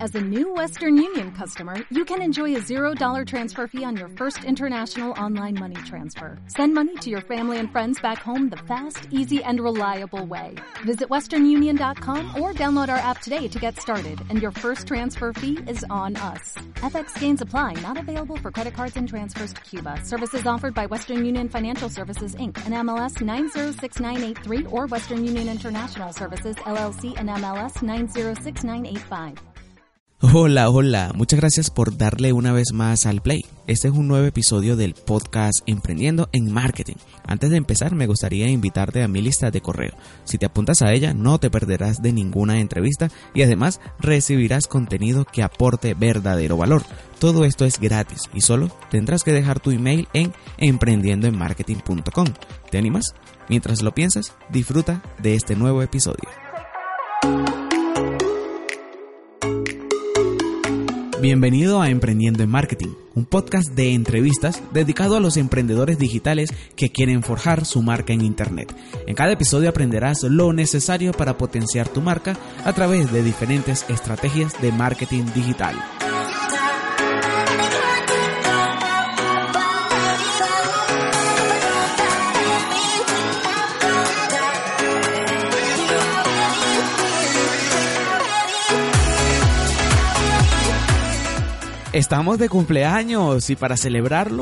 As a new Western Union customer, you can enjoy a $0 transfer fee on your first international online money transfer. Send money to your family and friends back home the fast, easy, and reliable way. Visit westernunion.com or download our app today to get started, and your first transfer fee is on us. FX gains apply, not available for credit cards and transfers to Cuba. Services offered by Western Union Financial Services, Inc., and MLS 906983, or Western Union International Services, LLC, and MLS 906985. Hola, muchas gracias por darle una vez más al play. Este es un nuevo episodio del podcast Emprendiendo en Marketing. Antes de empezar, me gustaría invitarte a mi lista de correo. Si te apuntas a ella, no te perderás de ninguna entrevista y además recibirás contenido que aporte verdadero valor. Todo esto es gratis y solo tendrás que dejar tu email en emprendiendoenmarketing.com. ¿Te animas? Mientras lo piensas, disfruta de este nuevo episodio. Bienvenido a Emprendiendo en Marketing, un podcast de entrevistas dedicado a los emprendedores digitales que quieren forjar su marca en Internet. En cada episodio aprenderás lo necesario para potenciar tu marca a través de diferentes estrategias de marketing digital. Estamos de cumpleaños y para celebrarlo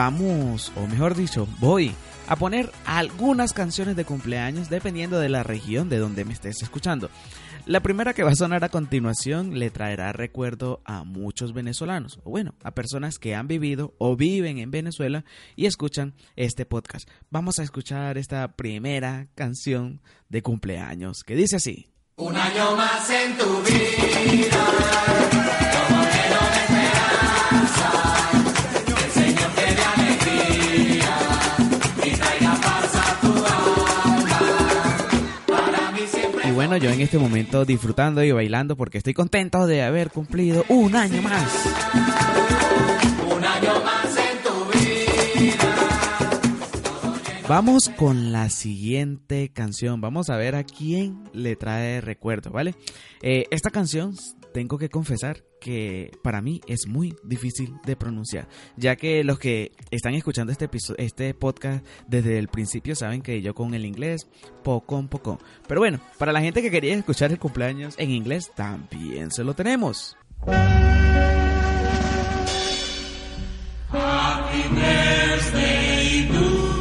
voy a poner algunas canciones de cumpleaños dependiendo de la región de donde me estés escuchando. La primera que va a sonar a continuación le traerá recuerdo a muchos venezolanos, o bueno, a personas que han vivido o viven en Venezuela y escuchan este podcast. Vamos a escuchar esta primera canción de cumpleaños que dice así: Un año más en tu vida, como lleno de esperanza, que el Señor te dé alegría y traiga paz a tu alma. Para mí siempre. Y bueno, yo en este momento disfrutando y bailando porque estoy contento de haber cumplido un año más. Un año más en tu vida. Vamos con la siguiente canción. Vamos a ver a quién le trae recuerdo, ¿vale? Esta canción, tengo que confesar que para mí es muy difícil de pronunciar, ya que los que están escuchando este podcast desde el principio saben que yo con el inglés poco. Pero bueno, para la gente que quería escuchar el cumpleaños en inglés, también se lo tenemos. Happy birthday to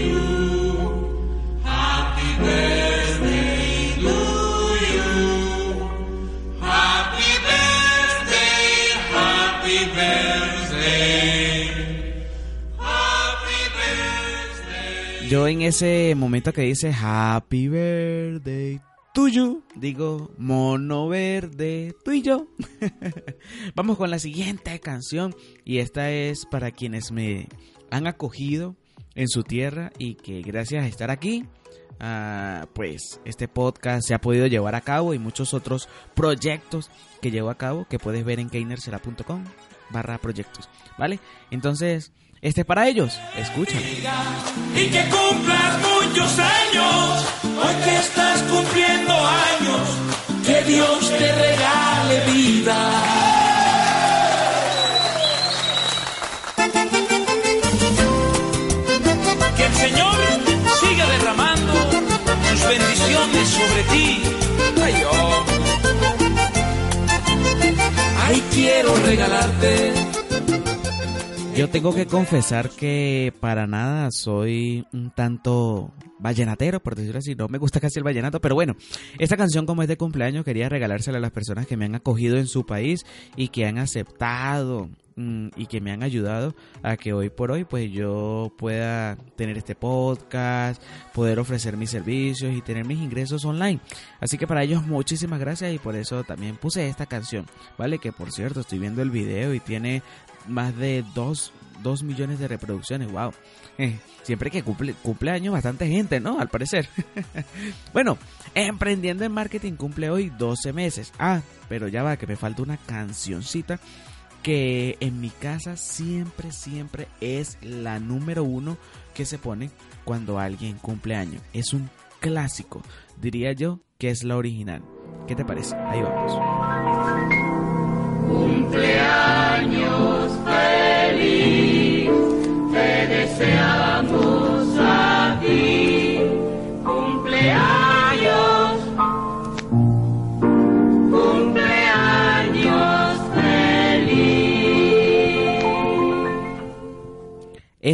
yo en ese momento que dice Happy Birthday to you, digo mono verde, tú y yo. Vamos con la siguiente canción y esta es para quienes me han acogido en su tierra y que gracias a estar aquí, pues este podcast se ha podido llevar a cabo y muchos otros proyectos que llevo a cabo que puedes ver en keinersera.com/proyectos, ¿vale? Entonces, este es para ellos, escucha. Y que cumplas muchos años, hoy que estás cumpliendo años, que Dios te regale vida. Que el Señor siga derramando sus bendiciones sobre ti. Ay, quiero regalarte. Yo tengo que confesar que para nada soy un tanto vallenatero, por decirlo así. No me gusta casi el vallenato, pero bueno, esta canción como es de cumpleaños quería regalársela a las personas que me han acogido en su país y que han aceptado y que me han ayudado a que hoy por hoy pues yo pueda tener este podcast, poder ofrecer mis servicios y tener mis ingresos online. Así que para ellos muchísimas gracias y por eso también puse esta canción, ¿vale? Que por cierto estoy viendo el video y tiene más de 2 millones de reproducciones. Wow. Siempre que cumple años bastante gente, ¿no? Al parecer. Bueno, Emprendiendo en Marketing cumple hoy 12 meses. Pero ya va, que me falta una cancioncita que en mi casa siempre es la número 1 que se pone cuando alguien cumple años. Es un clásico, diría yo que es la original. ¿Qué te parece? Ahí vamos.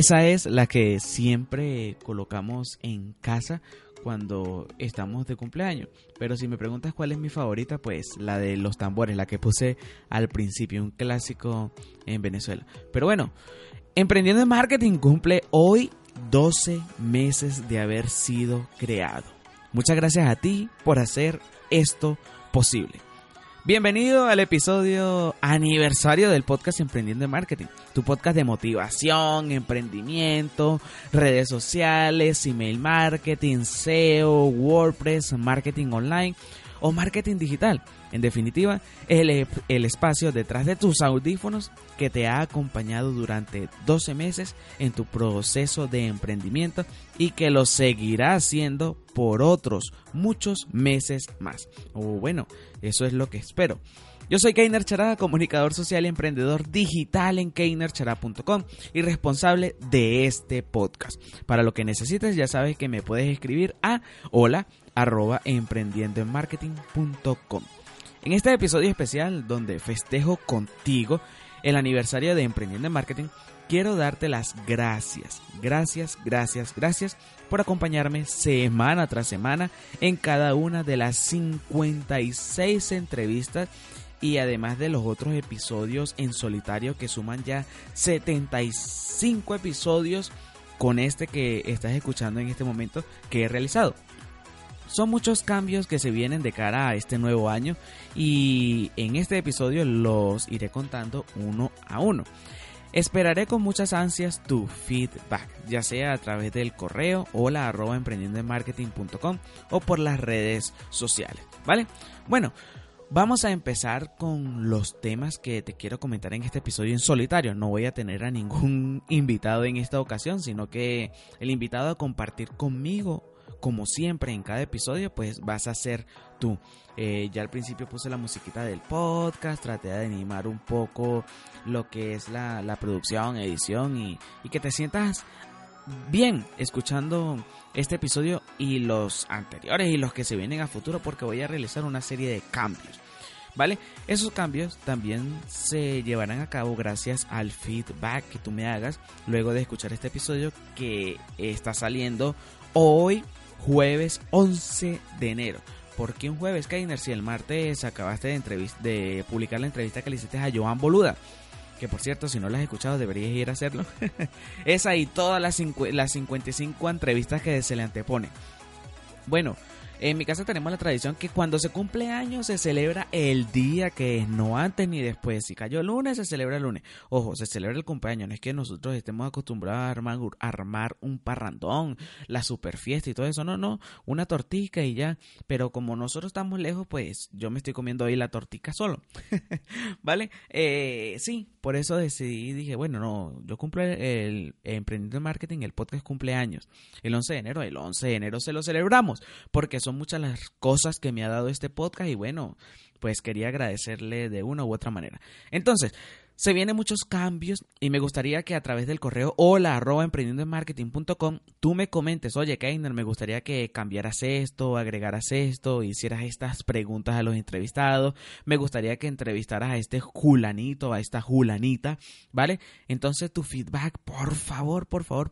Esa es la que siempre colocamos en casa cuando estamos de cumpleaños. Pero si me preguntas cuál es mi favorita, pues la de los tambores, la que puse al principio, un clásico en Venezuela. Pero bueno, Emprendiendo en Marketing cumple hoy 12 meses de haber sido creado. Muchas gracias a ti por hacer esto posible. Bienvenido al episodio aniversario del podcast Emprendiendo en Marketing, tu podcast de motivación, emprendimiento, redes sociales, email marketing, SEO, WordPress, marketing online o marketing digital. En definitiva, el espacio detrás de tus audífonos que te ha acompañado durante 12 meses en tu proceso de emprendimiento y que lo seguirá haciendo por otros muchos meses más. O bueno, eso es lo que espero. Yo soy Keiner Chará, comunicador social y emprendedor digital en keinerchará.com y responsable de este podcast. Para lo que necesites, ya sabes que me puedes escribir a hola@emprendiendoenmarketing.com. En este episodio especial donde festejo contigo el aniversario de Emprendiendo en Marketing, quiero darte las gracias por acompañarme semana tras semana en cada una de las 56 entrevistas y además de los otros episodios en solitario que suman ya 75 episodios con este que estás escuchando en este momento que he realizado. Son muchos cambios que se vienen de cara a este nuevo año y en este episodio los iré contando uno a uno. Esperaré con muchas ansias tu feedback, ya sea a través del correo hola@emprendiendoenmarketing.com o por las redes sociales, ¿vale? Bueno, vamos a empezar con los temas que te quiero comentar en este episodio en solitario. No voy a tener a ningún invitado en esta ocasión, sino que el invitado a compartir conmigo, como siempre en cada episodio, pues vas a ser tú. Ya al principio puse la musiquita del podcast, traté de animar un poco lo que es la producción, edición y que te sientas bien escuchando este episodio y los anteriores y los que se vienen a futuro, porque voy a realizar una serie de cambios, ¿vale? Esos cambios también se llevarán a cabo gracias al feedback que tú me hagas luego de escuchar este episodio que está saliendo hoy, jueves 11 de enero. ¿Por qué un jueves, Keiner? Si el martes acabaste de publicar la entrevista que le hiciste a Joan Boluda, que por cierto, si no la has escuchado deberías ir a hacerlo. Esa y todas las 55 entrevistas que se le antepone. Bueno, en mi casa tenemos la tradición que cuando se cumple años se celebra el día, que es no antes ni después. Si cayó el lunes, se celebra el lunes. Ojo, se celebra el cumpleaños. No es que nosotros estemos acostumbrados a armar un parrandón, la super fiesta y todo eso. No, una tortica y ya. Pero como nosotros estamos lejos, pues yo me estoy comiendo hoy la tortica solo. ¿Vale? Sí, por eso decidí, dije, bueno, no, yo cumplo el Emprendiendo en Marketing, el podcast cumpleaños. El 11 de enero, se lo celebramos, porque son muchas las cosas que me ha dado este podcast y bueno, pues quería agradecerle de una u otra manera. Entonces, se vienen muchos cambios y me gustaría que a través del correo hola@emprendiendoenmarketing.com tú me comentes, oye Keiner, me gustaría que cambiaras esto, agregaras esto, hicieras estas preguntas a los entrevistados, me gustaría que entrevistaras a este julanito, a esta julanita, ¿vale? Entonces tu feedback, por favor,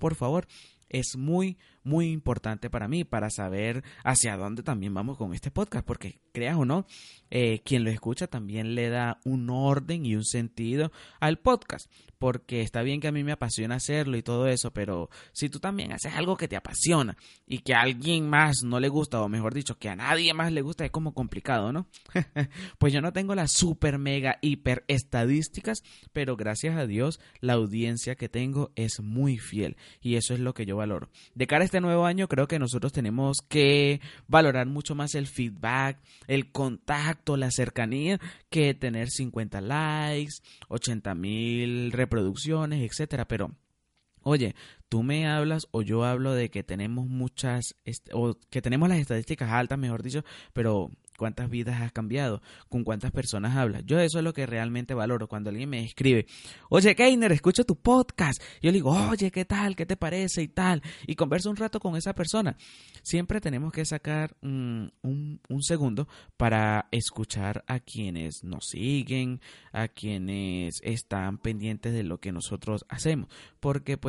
es muy importante para mí, para saber hacia dónde también vamos con este podcast, porque creas o no, quien lo escucha también le da un orden y un sentido al podcast, porque está bien que a mí me apasiona hacerlo y todo eso, pero si tú también haces algo que te apasiona y que a alguien más no le gusta, o mejor dicho, que a nadie más le gusta, es como complicado, ¿no? Pues yo no tengo las super mega hiper estadísticas, pero gracias a Dios la audiencia que tengo es muy fiel y eso es lo que yo valoro. De cara a este nuevo año, creo que nosotros tenemos que valorar mucho más el feedback, el contacto, la cercanía, que tener 50 likes, 80,000 reproducciones, etcétera. Pero oye, tú me hablas o yo hablo de que tenemos o que tenemos las estadísticas altas, mejor dicho, pero ¿cuántas vidas has cambiado? ¿Con cuántas personas hablas? Yo eso es lo que realmente valoro. Cuando alguien me escribe, oye Keiner, escucho tu podcast, yo le digo, oye, ¿qué tal? ¿Qué te parece? Y tal, y converso un rato con esa persona. Siempre tenemos que sacar un segundo para escuchar a quienes nos siguen, a quienes están pendientes de lo que nosotros hacemos, porque pues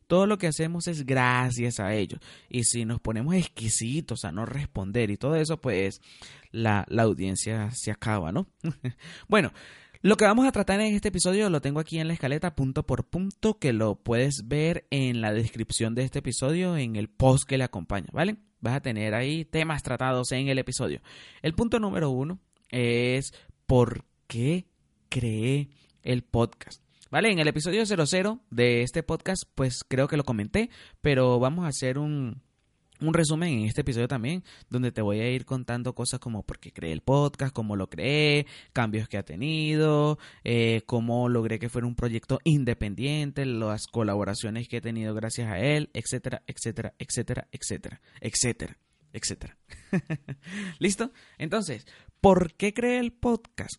todo lo que hacemos es gracias a ellos. Y si nos ponemos exquisitos a no responder y todo eso, pues la audiencia se acaba, ¿no? Bueno, lo que vamos a tratar en este episodio lo tengo aquí en la escaleta punto por punto, que lo puedes ver en la descripción de este episodio, en el post que le acompaña, ¿vale? Vas a tener ahí temas tratados en el episodio. El punto número 1 es ¿por qué creé el podcast? ¿Vale? En el episodio 00 de este podcast, pues creo que lo comenté, pero vamos a hacer un resumen en este episodio también, donde te voy a ir contando cosas como por qué creé el podcast, cómo lo creé, cambios que ha tenido, cómo logré que fuera un proyecto independiente, las colaboraciones que he tenido gracias a él, etcétera, etcétera, etcétera, etcétera, etcétera, etcétera. ¿Listo? Entonces, ¿por qué creé el podcast?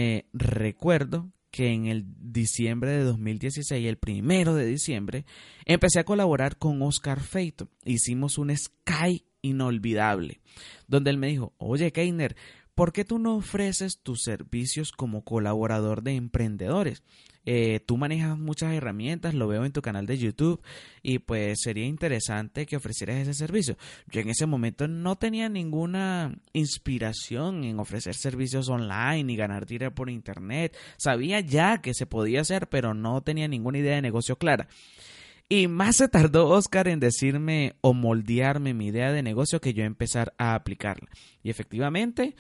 Recuerdo que en el diciembre de 2016, el 1 de diciembre, empecé a colaborar con Oscar Feito. Hicimos un Skype inolvidable, donde él me dijo, oye Keiner, ¿por qué tú no ofreces tus servicios como colaborador de emprendedores? Tú manejas muchas herramientas, lo veo en tu canal de YouTube y pues sería interesante que ofrecieras ese servicio. Yo en ese momento no tenía ninguna inspiración en ofrecer servicios online y ganar dinero por internet. Sabía ya que se podía hacer, pero no tenía ninguna idea de negocio clara. Y más se tardó Oscar en decirme o moldearme mi idea de negocio que yo empezar a aplicarla. Y efectivamente,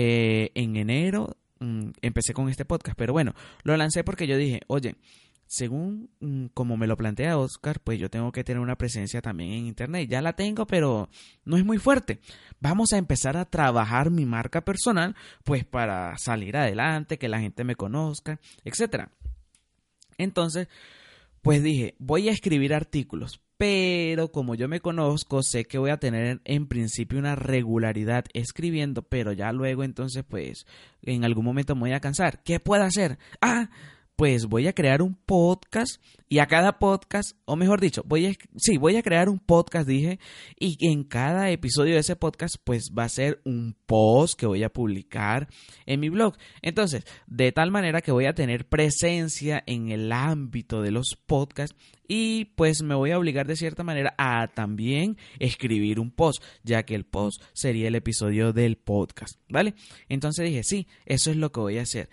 en enero empecé con este podcast. Pero bueno, lo lancé porque yo dije, oye, según como me lo plantea Oscar, pues yo tengo que tener una presencia también en internet. Ya la tengo, pero no es muy fuerte. Vamos a empezar a trabajar mi marca personal, pues para salir adelante, que la gente me conozca, etcétera. Entonces, pues dije, voy a escribir artículos, pero como yo me conozco, sé que voy a tener en principio una regularidad escribiendo, pero ya luego entonces pues en algún momento me voy a cansar. ¿Qué puedo hacer? Pues voy a crear un podcast y a cada podcast, o mejor dicho, voy a crear un podcast, dije, y en cada episodio de ese podcast pues va a ser un post que voy a publicar en mi blog. Entonces, de tal manera que voy a tener presencia en el ámbito de los podcasts y pues me voy a obligar de cierta manera a también escribir un post, ya que el post sería el episodio del podcast, ¿vale? Entonces dije, sí, eso es lo que voy a hacer.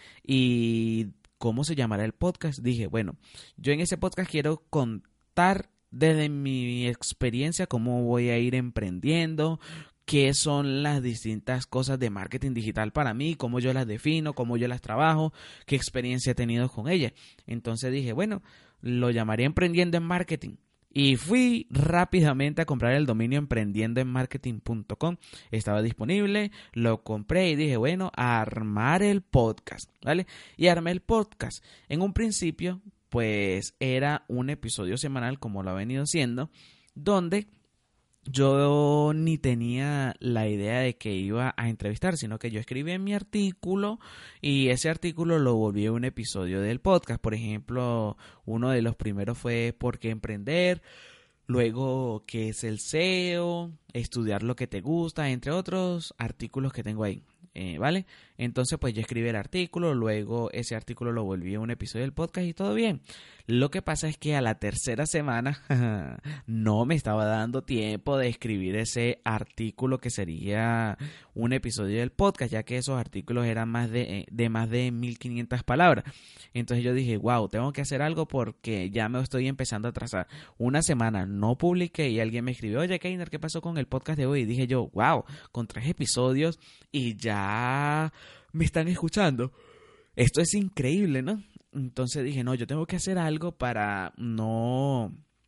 Y ¿cómo se llamará el podcast? Dije, bueno, yo en ese podcast quiero contar desde mi experiencia cómo voy a ir emprendiendo, qué son las distintas cosas de marketing digital para mí, cómo yo las defino, cómo yo las trabajo, qué experiencia he tenido con ellas. Entonces dije, bueno, lo llamaré Emprendiendo en Marketing. Y fui rápidamente a comprar el dominio emprendiendoenmarketing.com. Estaba disponible, lo compré y dije, bueno, a armar el podcast, ¿vale? Y armé el podcast. En un principio, pues era un episodio semanal, como lo ha venido siendo, donde yo ni tenía la idea de que iba a entrevistar, sino que yo escribí en mi artículo y ese artículo lo volví un episodio del podcast. Por ejemplo, uno de los primeros fue ¿por qué emprender? Luego, ¿qué es el SEO? Estudiar lo que te gusta, entre otros artículos que tengo ahí. ¿Vale? Entonces pues yo escribí el artículo, luego ese artículo lo volví a un episodio del podcast y todo bien. Lo que pasa es que a la tercera semana no me estaba dando tiempo de escribir ese artículo que sería un episodio del podcast, ya que esos artículos eran más de 1500 palabras. Entonces yo dije, wow, tengo que hacer algo porque ya me estoy empezando a atrasar. Una semana no publiqué y alguien me escribió, oye Keiner, ¿qué pasó con el podcast de hoy? Y dije yo, wow, con 3 episodios y ya me están escuchando. Esto es increíble, ¿no? Entonces dije, no, yo tengo que hacer algo para no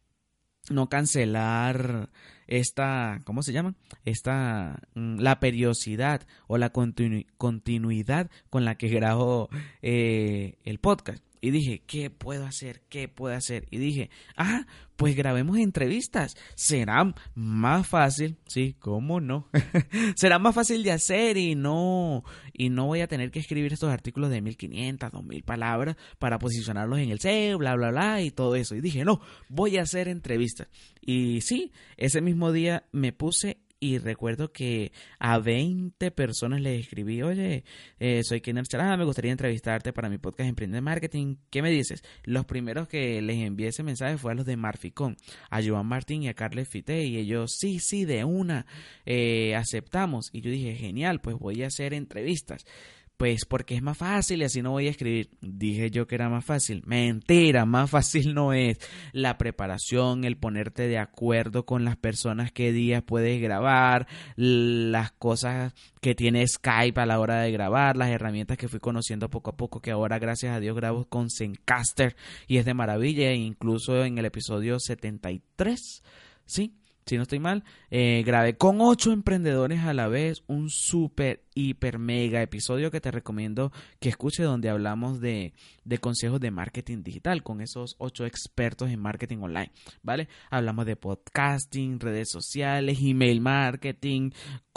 cancelar esta, ¿cómo se llama? La periodicidad o la continuidad con la que grabo el podcast. Y dije, ¿qué puedo hacer? ¿Qué puedo hacer? Y dije, pues grabemos entrevistas. Será más fácil, sí, ¿cómo no? Será más fácil de hacer y no voy a tener que escribir estos artículos de 1500, 2000 palabras para posicionarlos en el SEO, bla, bla, bla, y todo eso. Y dije, no, voy a hacer entrevistas. Y sí, ese mismo día me puse y recuerdo que a 20 personas les escribí, oye, soy Kenneth Chará, me gustaría entrevistarte para mi podcast Emprende Marketing, ¿qué me dices? Los primeros que les envié ese mensaje fue a los de Marficón, a Joan Martín y a Carles Fité, y ellos, sí, de una, aceptamos, y yo dije, genial, pues voy a hacer entrevistas. Pues porque es más fácil y así no voy a escribir. Dije yo que era más fácil. Mentira, más fácil no es. La preparación, el ponerte de acuerdo con las personas qué días puedes grabar, las cosas que tiene Skype a la hora de grabar, las herramientas que fui conociendo poco a poco, que ahora gracias a Dios grabo con Zencastr y es de maravilla, e incluso en el episodio 73, ¿sí? Si no estoy mal, grabé con 8 emprendedores a la vez un súper, hiper, mega episodio que te recomiendo que escuches, donde hablamos de consejos de marketing digital con esos 8 expertos en marketing online, ¿vale? Hablamos de podcasting, redes sociales, email marketing,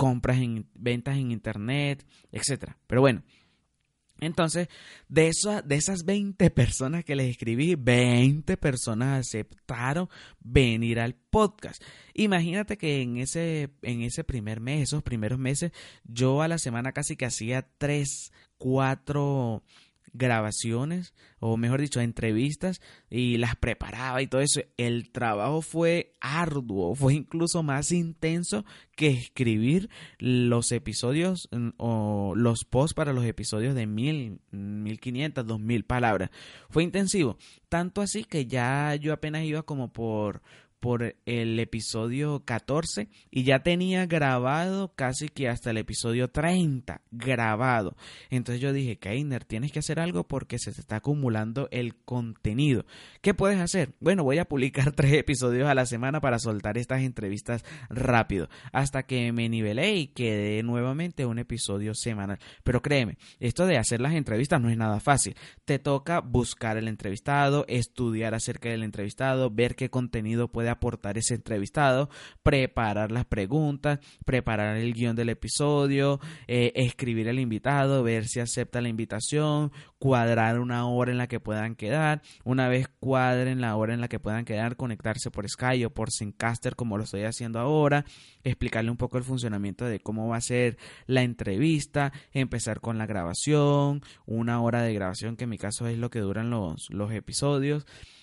ventas en internet, etcétera. Pero bueno, entonces, de esas 20 personas que les escribí, 20 personas aceptaron venir al podcast. Imagínate que en ese primer mes, esos primeros meses, yo a la semana casi que hacía 3, 4 grabaciones, o mejor dicho, entrevistas, y las preparaba y todo eso. El trabajo fue arduo, fue incluso más intenso que escribir los episodios o los posts para los episodios de 1000, 1500, 2000 palabras. Fue intensivo, tanto así que ya yo apenas iba como por el episodio 14 y ya tenía grabado casi que hasta el episodio 30 grabado. Entonces yo dije, Keiner, tienes que hacer algo porque se te está acumulando el contenido. ¿Qué puedes hacer? Bueno, voy a publicar 3 episodios a la semana para soltar estas entrevistas rápido, hasta que me nivelé y quedé nuevamente un episodio semanal. Pero créeme, esto de hacer las entrevistas no es nada fácil. Te toca buscar el entrevistado, estudiar acerca del entrevistado, ver qué contenido puede aportar ese entrevistado, preparar las preguntas, preparar el guión del episodio, escribir al invitado, ver si acepta la invitación, cuadrar una hora en la que puedan quedar. Una vez cuadren la hora en la que puedan quedar, conectarse por Skype o por Zencastr, como lo estoy haciendo ahora, explicarle un poco el funcionamiento de cómo va a ser la entrevista, empezar con la grabación, 1 hora de grabación, que en mi caso es lo que duran los episodios.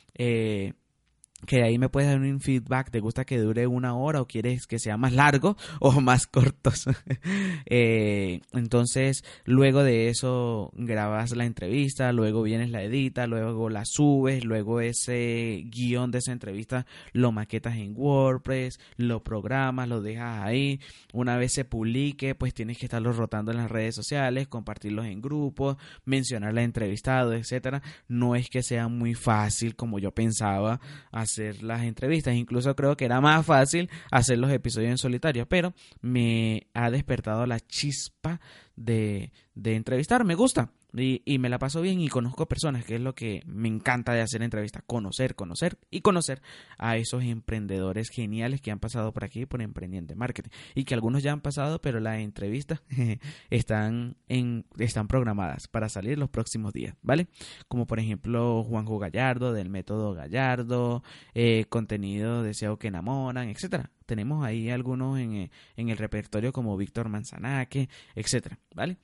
Que ahí me puedes dar un feedback, ¿te gusta que dure 1 hora o quieres que sea más largo o más cortos? Entonces, luego de eso grabas la entrevista, luego vienes la editas, luego la subes, luego ese guión de esa entrevista lo maquetas en WordPress, lo programas, lo dejas ahí. Una vez se publique, pues tienes que estarlo rotando en las redes sociales, compartirlos en grupos, mencionar al entrevistado, etcétera. No es que sea muy fácil como yo pensaba hacer las entrevistas, incluso creo que era más fácil hacer los episodios en solitario, pero me ha despertado la chispa de entrevistar. Me gusta y me la paso bien y conozco personas, que es lo que me encanta de hacer entrevistas, conocer a esos emprendedores geniales que han pasado por aquí por Emprendiendo Marketing, y que algunos ya han pasado, pero las entrevistas están programadas para salir los próximos días, ¿vale? Como por ejemplo Juanjo Gallardo del Método Gallardo, contenido de SEO que enamoran, etcétera. Tenemos ahí algunos en el repertorio como Víctor Manzanaque, etcétera, ¿vale?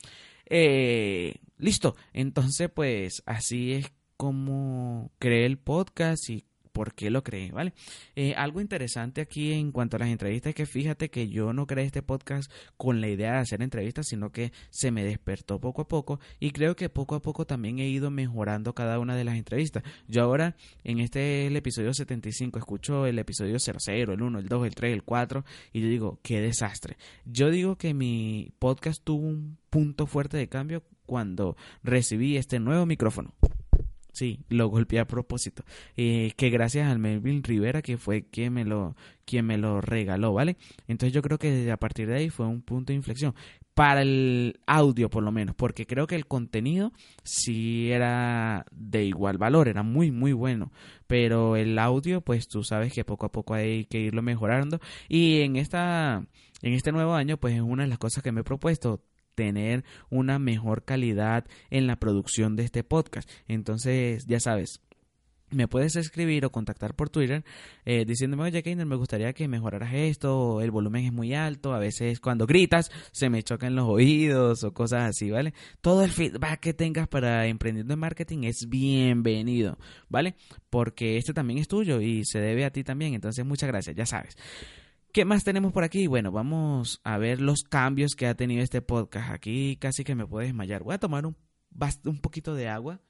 Listo, entonces pues así es como creé el podcast y por qué lo creé, ¿vale? Algo interesante aquí en cuanto a las entrevistas es que fíjate que yo no creé este podcast con la idea de hacer entrevistas, sino que se me despertó poco a poco, y creo que poco a poco también he ido mejorando cada una de las entrevistas. Yo ahora, en el episodio 75, escucho el episodio 00, el 1, el 2, el 3, el 4, y yo digo, qué desastre. Yo digo que mi podcast tuvo un punto fuerte de cambio cuando recibí este nuevo micrófono. Sí, lo golpeé a propósito. Que gracias al Melvin Rivera, que fue quien me lo regaló, ¿vale? Entonces yo creo que desde a partir de ahí fue un punto de inflexión. Para el audio, por lo menos, porque creo que el contenido sí era de igual valor, era muy, muy bueno. Pero el audio, pues tú sabes que poco a poco hay que irlo mejorando. Y en este nuevo año, pues es una de las cosas que me he propuesto, tener una mejor calidad en la producción de este podcast. Entonces, ya sabes, me puedes escribir o contactar por Twitter diciéndome, oye, Keiner, me gustaría que mejoraras esto, el volumen es muy alto, a veces cuando gritas se me chocan los oídos o cosas así, ¿vale? Todo el feedback que tengas para Emprendiendo en Marketing es bienvenido, ¿vale? Porque este también es tuyo y se debe a ti también, entonces muchas gracias, ya sabes. ¿Qué más tenemos por aquí? Bueno, vamos a ver los cambios que ha tenido este podcast. Aquí casi que me puedo desmayar. Voy a tomar un poquito de agua.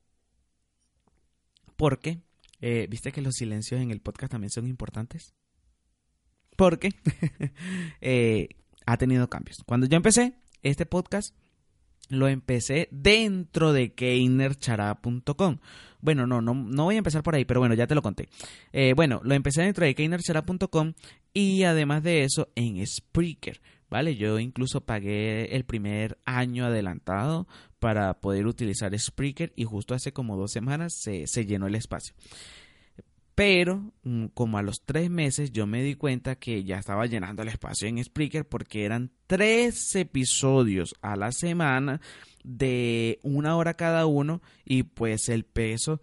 Porque, ¿viste que los silencios en el podcast también son importantes? Porque ha tenido cambios. Cuando yo empecé este podcast, lo empecé dentro de keinerchará.com. Bueno, no voy a empezar por ahí, pero bueno, ya te lo conté. Bueno, lo empecé dentro de keinerchará.com y además de eso en Spreaker, ¿vale? Yo incluso pagué el primer año adelantado para poder utilizar Spreaker y justo hace como 2 semanas se llenó el espacio. Pero como a los 3 meses yo me di cuenta que ya estaba llenando el espacio en Spreaker porque eran 3 episodios a la semana de 1 hora cada uno y pues el peso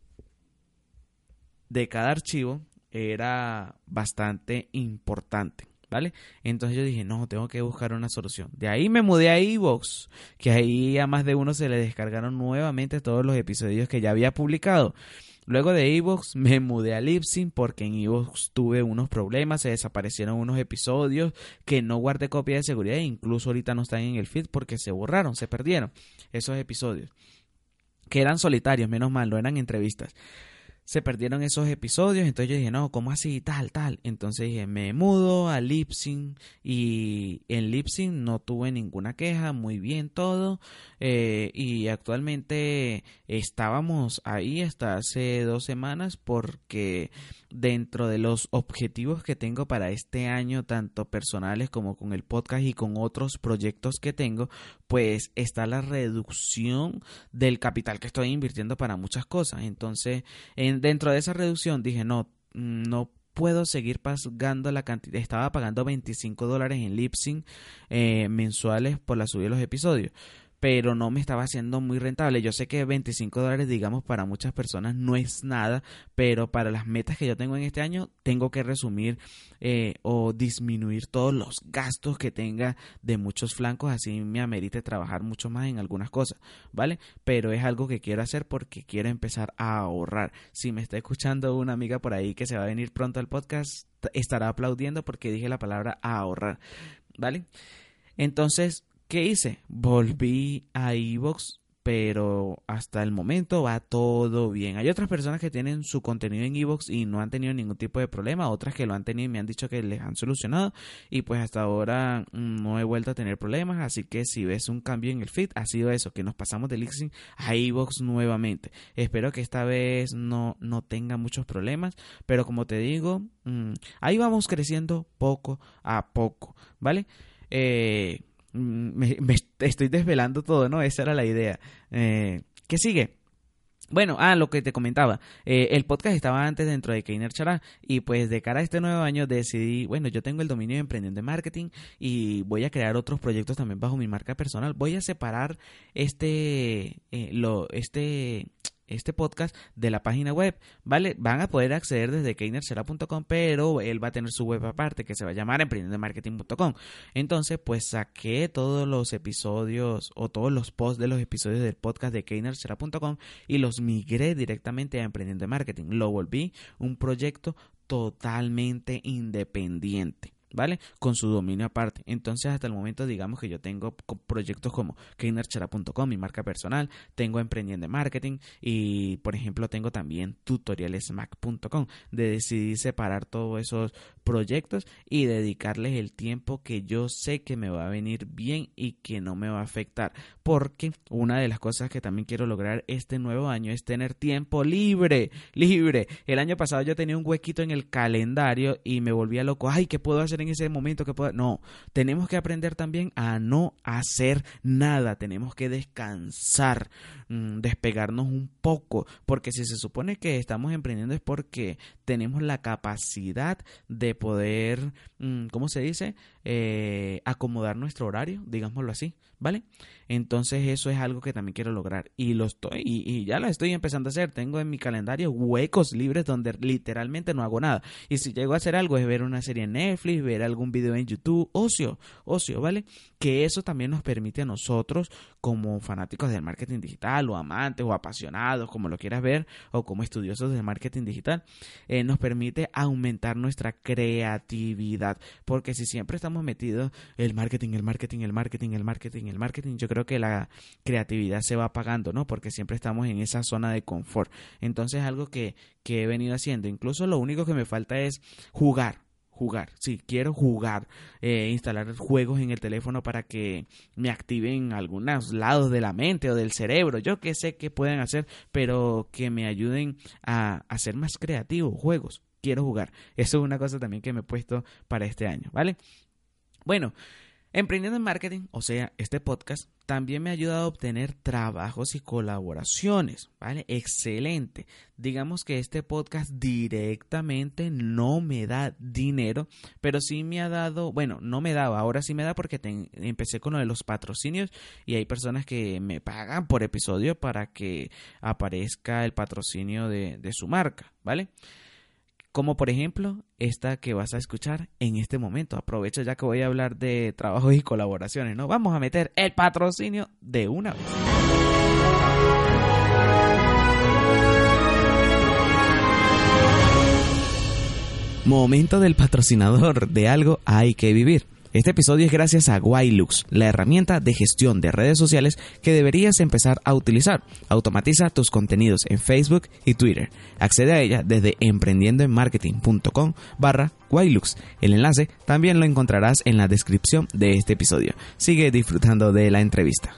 de cada archivo era bastante importante, ¿vale? Entonces yo dije, no, tengo que buscar una solución. De ahí me mudé a iVoox, que ahí a más de uno se le descargaron nuevamente todos los episodios que ya había publicado. Luego de iVoox me mudé a Libsyn porque en iVoox tuve unos problemas, se desaparecieron unos episodios que no guardé copia de seguridad e incluso ahorita no están en el feed porque se borraron, se perdieron esos episodios. Que eran solitarios, menos mal, no eran entrevistas. Se perdieron esos episodios, entonces yo dije, no, ¿cómo así? Tal. Entonces dije, me mudo a Libsyn y en Libsyn no tuve ninguna queja, muy bien todo. Y actualmente estábamos ahí hasta hace 2 semanas porque dentro de los objetivos que tengo para este año, tanto personales como con el podcast y con otros proyectos que tengo, pues está la reducción del capital que estoy invirtiendo para muchas cosas. Entonces, dentro de esa reducción dije, no puedo seguir pagando la cantidad. Estaba pagando $25 en Libsyn mensuales por la subida de los episodios, pero no me estaba haciendo muy rentable. Yo sé que $25, digamos, para muchas personas no es nada, pero para las metas que yo tengo en este año, tengo que resumir o disminuir todos los gastos que tenga de muchos flancos, así me amerite trabajar mucho más en algunas cosas, ¿vale? Pero es algo que quiero hacer porque quiero empezar a ahorrar. Si me está escuchando una amiga por ahí que se va a venir pronto al podcast, estará aplaudiendo porque dije la palabra ahorrar, ¿vale? Entonces, ¿qué hice? Volví a iVoox, pero hasta el momento va todo bien. Hay otras personas que tienen su contenido en iVoox y no han tenido ningún tipo de problema, otras que lo han tenido y me han dicho que les han solucionado y pues hasta ahora no he vuelto a tener problemas, así que si ves un cambio en el feed, ha sido eso, que nos pasamos de Libsyn a iVoox nuevamente. Espero que esta vez no tenga muchos problemas, pero como te digo, ahí vamos creciendo poco a poco, ¿vale? Me estoy desvelando todo, ¿no? Esa era la idea. ¿Qué sigue? Bueno, lo que te comentaba, el podcast estaba antes dentro de Keiner Chará y pues de cara a este nuevo año decidí, bueno, yo tengo el dominio de Emprendiendo en Marketing y voy a crear otros proyectos también bajo mi marca personal. Voy a separar este podcast de la página web, ¿vale? Van a poder acceder desde keinerchará.com, pero él va a tener su web aparte que se va a llamar emprendiendomarketing.com. Entonces, pues saqué todos los episodios o todos los posts de los episodios del podcast de keinerchará.com y los migré directamente a Emprendiendo en Marketing. Lo volví un proyecto totalmente independiente, ¿vale? Con su dominio aparte. Entonces hasta el momento digamos que yo tengo proyectos como keinerchará.com, mi marca personal, tengo Emprendiendo en Marketing y por ejemplo tengo también tutorialesmac.com. Decidí separar todos esos proyectos y dedicarles el tiempo que yo sé que me va a venir bien y que no me va a afectar, porque una de las cosas que también quiero lograr este nuevo año es tener tiempo libre. El año pasado yo tenía un huequito en el calendario y me volvía loco. Ay, ¿qué puedo hacer en ese momento? No, tenemos que aprender también a no hacer nada. Tenemos que descansar, despegarnos un poco, porque si se supone que estamos emprendiendo es porque tenemos la capacidad de poder, ¿cómo se dice? acomodar nuestro horario, digámoslo así, ¿vale? Entonces eso es algo que también quiero lograr y ya lo estoy empezando a hacer. Tengo en mi calendario huecos libres donde literalmente no hago nada. Y si llego a hacer algo es ver una serie en Netflix, ver algún video en YouTube, ocio, ¿vale? Que eso también nos permite a nosotros como fanáticos del marketing digital o amantes o apasionados, como lo quieras ver, o como estudiosos del marketing digital, nos permite aumentar nuestra creatividad. Porque si siempre estamos metidos el marketing, yo creo que la creatividad se va apagando, ¿no? Porque siempre estamos en esa zona de confort. Entonces algo que he venido haciendo, incluso lo único que me falta es jugar, sí, quiero jugar, instalar juegos en el teléfono para que me activen algunos lados de la mente o del cerebro, yo que sé que pueden hacer, pero que me ayuden a ser más creativo, juegos, quiero jugar. Eso es una cosa también que me he puesto para este año, ¿vale? Bueno, Emprendiendo en Marketing, o sea, este podcast, también me ha ayudado a obtener trabajos y colaboraciones, ¿vale? Excelente. Digamos que este podcast directamente no me da dinero, pero sí me ha dado, bueno, no me daba, ahora sí me da porque empecé con lo de los patrocinios y hay personas que me pagan por episodio para que aparezca el patrocinio de su marca, ¿vale? Como por ejemplo esta que vas a escuchar en este momento. Aprovecho ya que voy a hablar de trabajos y colaboraciones, ¿no? Vamos a meter el patrocinio de una vez. Momento del patrocinador. De algo hay que vivir. Este episodio es gracias a Wailux, la herramienta de gestión de redes sociales que deberías empezar a utilizar. Automatiza tus contenidos en Facebook y Twitter. Accede a ella desde emprendiendoenmarketing.com/Wailux. El enlace también lo encontrarás en la descripción de este episodio. Sigue disfrutando de la entrevista.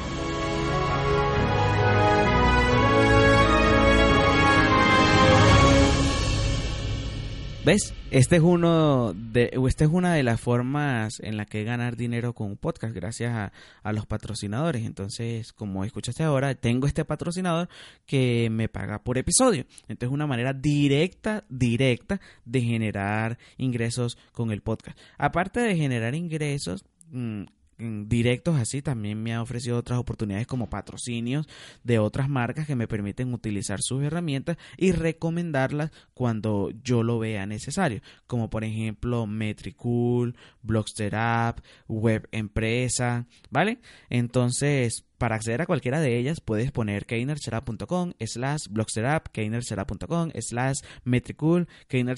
¿Ves? Esta es una de las formas en la que ganar dinero con un podcast, gracias a los patrocinadores. Entonces, como escuchaste ahora, tengo este patrocinador que me paga por episodio. Entonces, una manera directa de generar ingresos con el podcast. Aparte de generar ingresos directos así, también me ha ofrecido otras oportunidades como patrocinios de otras marcas que me permiten utilizar sus herramientas y recomendarlas cuando yo lo vea necesario, como por ejemplo Metricool, Blogster App, Web Empresa, ¿vale? Entonces, para acceder a cualquiera de ellas puedes poner keinerchera.com/blogsterapp, keinerchera.com/metricool,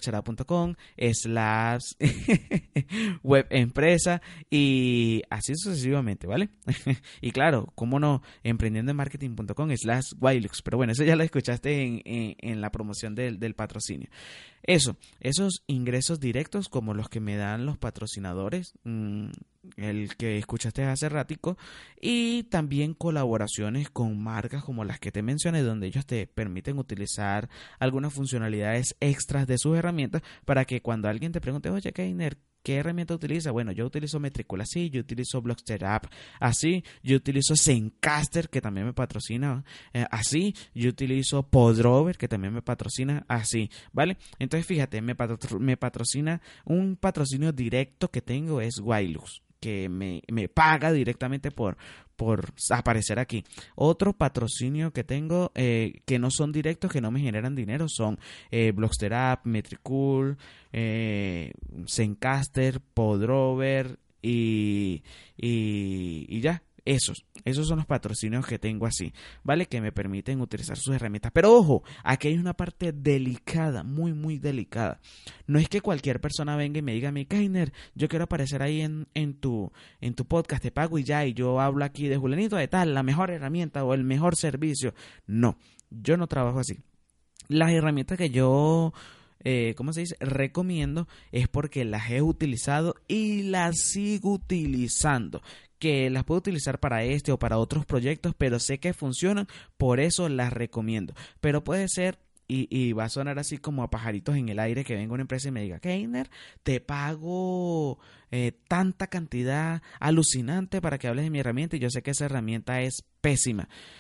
keinerchera.com/webempresa y así sucesivamente, ¿vale? Y claro, cómo no, emprendiendoenmarketing.com/Wailux, pero bueno, eso ya lo escuchaste en la promoción del patrocinio. Esos ingresos directos como los que me dan los patrocinadores, el que escuchaste hace ratico, y también colaboraciones con marcas como las que te mencioné, donde ellos te permiten utilizar algunas funcionalidades extras de sus herramientas para que cuando alguien te pregunte, oye, Keiner, ¿qué herramienta utiliza? Bueno, yo utilizo Metricool así, yo utilizo Blogster App así, yo utilizo Zencastr, que también me patrocina así, yo utilizo Podrover, que también me patrocina así, ¿vale? Entonces fíjate, me patrocina, un patrocinio directo que tengo es Wailux, que me paga directamente por aparecer aquí. Otro patrocinio que tengo que no son directos, que no me generan dinero, son Blogster App, Metricool, Zencastr, Podrover y ya. Esos son los patrocinios que tengo así, ¿vale? Que me permiten utilizar sus herramientas. Pero ojo, aquí hay una parte delicada, muy, muy delicada. No es que cualquier persona venga y me diga a mí, Keiner, yo quiero aparecer ahí en tu podcast, te pago y ya, y yo hablo aquí de Julianito de tal, la mejor herramienta o el mejor servicio. No, yo no trabajo así. Las herramientas que yo recomiendo es porque las he utilizado y las sigo utilizando, que las puedo utilizar para este o para otros proyectos, pero sé que funcionan, por eso las recomiendo. Pero puede ser, y va a sonar así como a pajaritos en el aire, que venga una empresa y me diga, Keiner, te pago tanta cantidad alucinante para que hables de mi herramienta, y yo sé que esa herramienta es pésima.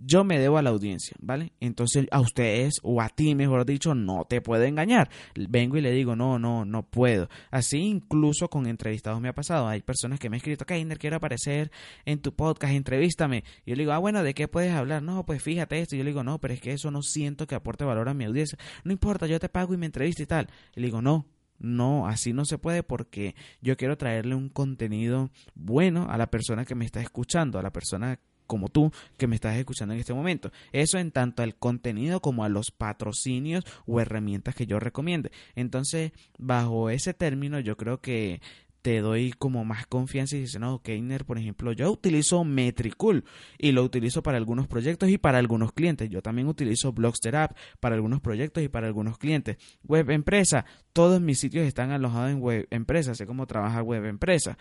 yo me debo a la audiencia, ¿vale? Entonces a ustedes o a ti, mejor dicho, no te puedo engañar. Vengo y le digo, no puedo. Así incluso con entrevistados me ha pasado. Hay personas que me han escrito, Keiner, quiero aparecer en tu podcast, entrevístame. Y yo le digo, bueno, ¿de qué puedes hablar? No, pues fíjate esto. Y yo le digo, no, pero es que eso no siento que aporte valor a mi audiencia. No importa, yo te pago y me entrevisto y tal. Y le digo, no, así no se puede porque yo quiero traerle un contenido bueno a la persona que me está escuchando, a la persona como tú que me estás escuchando en este momento. Eso en tanto al contenido como a los patrocinios o herramientas que yo recomiende. Entonces, bajo ese término, yo creo que te doy como más confianza y dices, no, Keiner, por ejemplo, yo utilizo Metricool y lo utilizo para algunos proyectos y para algunos clientes. Yo también utilizo Blogster App para algunos proyectos y para algunos clientes. Web Empresa, todos mis sitios están alojados en Web Empresa, sé cómo trabaja Web Empresa.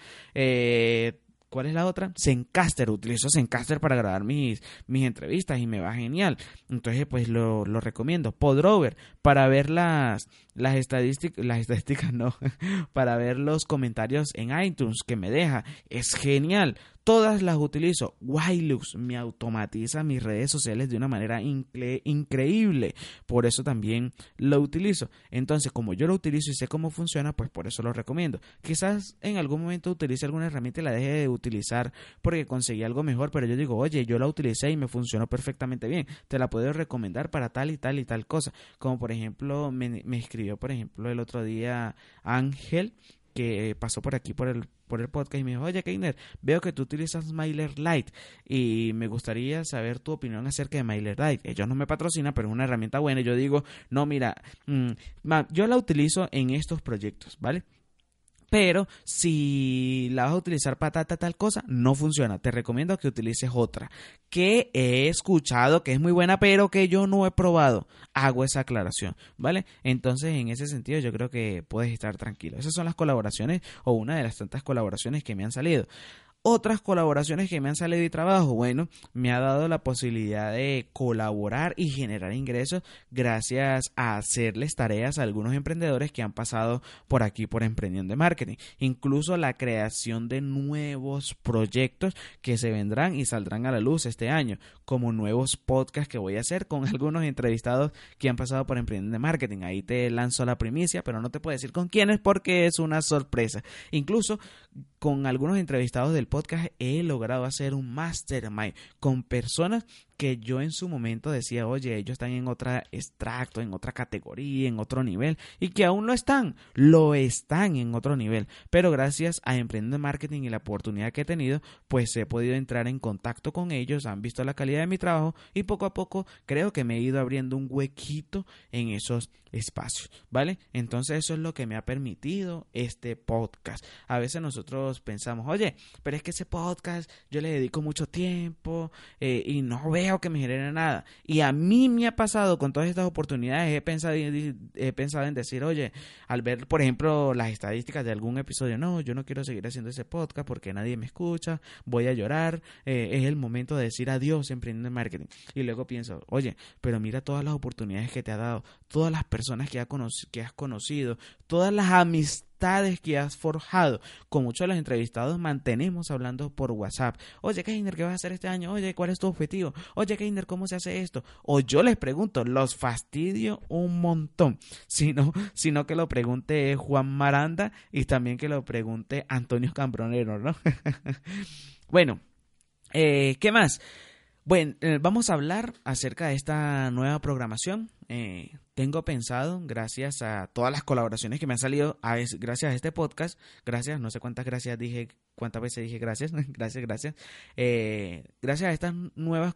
¿Cuál es la otra? Zencaster, utilizo Zencaster para grabar mis entrevistas y me va genial. Entonces, pues lo recomiendo. Podrover, para ver las estadísticas no, para ver los comentarios en iTunes que me deja. Es genial. Todas las utilizo. Wilux me automatiza mis redes sociales de una manera increíble. Por eso también lo utilizo. Entonces, como yo lo utilizo y sé cómo funciona, pues por eso lo recomiendo. Quizás en algún momento utilice alguna herramienta y la deje de utilizar porque conseguí algo mejor, pero yo digo, oye, yo la utilicé y me funcionó perfectamente bien. Te la puedo recomendar para tal y tal y tal cosa. Como por ejemplo, me escribió, por ejemplo, el otro día Ángel, que pasó por aquí por el podcast y me dijo, oye Keiner, veo que tú utilizas MailerLite y me gustaría saber tu opinión acerca de MailerLite. Ellos no me patrocinan, pero es una herramienta buena y yo digo, no, mira, yo la utilizo en estos proyectos, ¿vale? Pero si la vas a utilizar para tal cosa, no funciona. Te recomiendo que utilices otra que he escuchado que es muy buena, pero que yo no he probado. Hago esa aclaración, ¿vale? Entonces, en ese sentido, yo creo que puedes estar tranquilo. Esas son las colaboraciones o una de las tantas colaboraciones que me han salido. Otras colaboraciones que me han salido y trabajo, bueno, me ha dado la posibilidad de colaborar y generar ingresos gracias a hacerles tareas a algunos emprendedores que han pasado por aquí por Emprendiendo de Marketing. Incluso la creación de nuevos proyectos que se vendrán y saldrán a la luz este año, como nuevos podcasts que voy a hacer con algunos entrevistados que han pasado por Emprendiendo de Marketing. Ahí te lanzo la primicia, pero no te puedo decir con quiénes porque es una sorpresa. Incluso con algunos entrevistados del podcast he logrado hacer un mastermind con personas que yo en su momento decía, oye, ellos están en otro extracto, en otra categoría, en otro nivel, y que aún lo están en otro nivel, pero gracias a Emprendiendo Marketing y la oportunidad que he tenido, pues he podido entrar en contacto con ellos, han visto la calidad de mi trabajo y poco a poco creo que me he ido abriendo un huequito en esos espacios, ¿vale? Entonces eso es lo que me ha permitido este podcast. A veces nosotros pensamos, oye, pero es que ese podcast yo le dedico mucho tiempo y no veo que me genere nada. Y a mí me ha pasado con todas estas oportunidades, he pensado en decir, oye, al ver, por ejemplo, las estadísticas de algún episodio, no, yo no quiero seguir haciendo ese podcast porque nadie me escucha, voy a llorar, es el momento de decir adiós Emprendiendo en Marketing. Y luego pienso, oye, pero mira todas las oportunidades que te ha dado, todas las personas que has conocido, todas las amistades que has forjado. Con muchos de los entrevistados mantenemos hablando por WhatsApp. Oye, Keiner, ¿qué vas a hacer este año? Oye, ¿cuál es tu objetivo? Oye, Keiner, ¿cómo se hace esto? O yo les pregunto, los fastidio un montón. Sino que lo pregunte Juan Maranda y también que lo pregunte Antonio Cambronero, ¿no? Bueno, ¿qué más? Bueno, vamos a hablar acerca de esta nueva programación. Tengo pensado, gracias a todas las colaboraciones que me han salido, gracias a este podcast, gracias, no sé cuántas veces dije gracias, gracias a estas nuevas,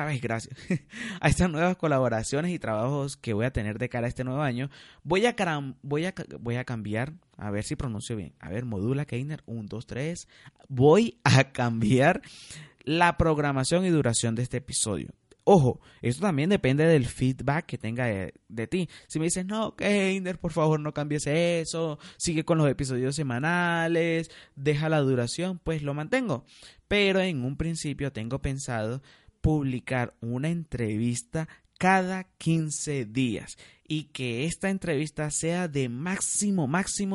a estas nuevas colaboraciones y trabajos que voy a tener de cara a este nuevo año, voy a cambiar, a ver si pronuncio bien, a ver, modula Keiner, 1, 2, 3, voy a cambiar la programación y duración de este episodio. Ojo, esto también depende del feedback que tenga de ti. Si me dices, no, Keiner, por favor no cambies eso, sigue con los episodios semanales, deja la duración, pues lo mantengo. Pero en un principio tengo pensado publicar una entrevista cada 15 días y que esta entrevista sea de máximo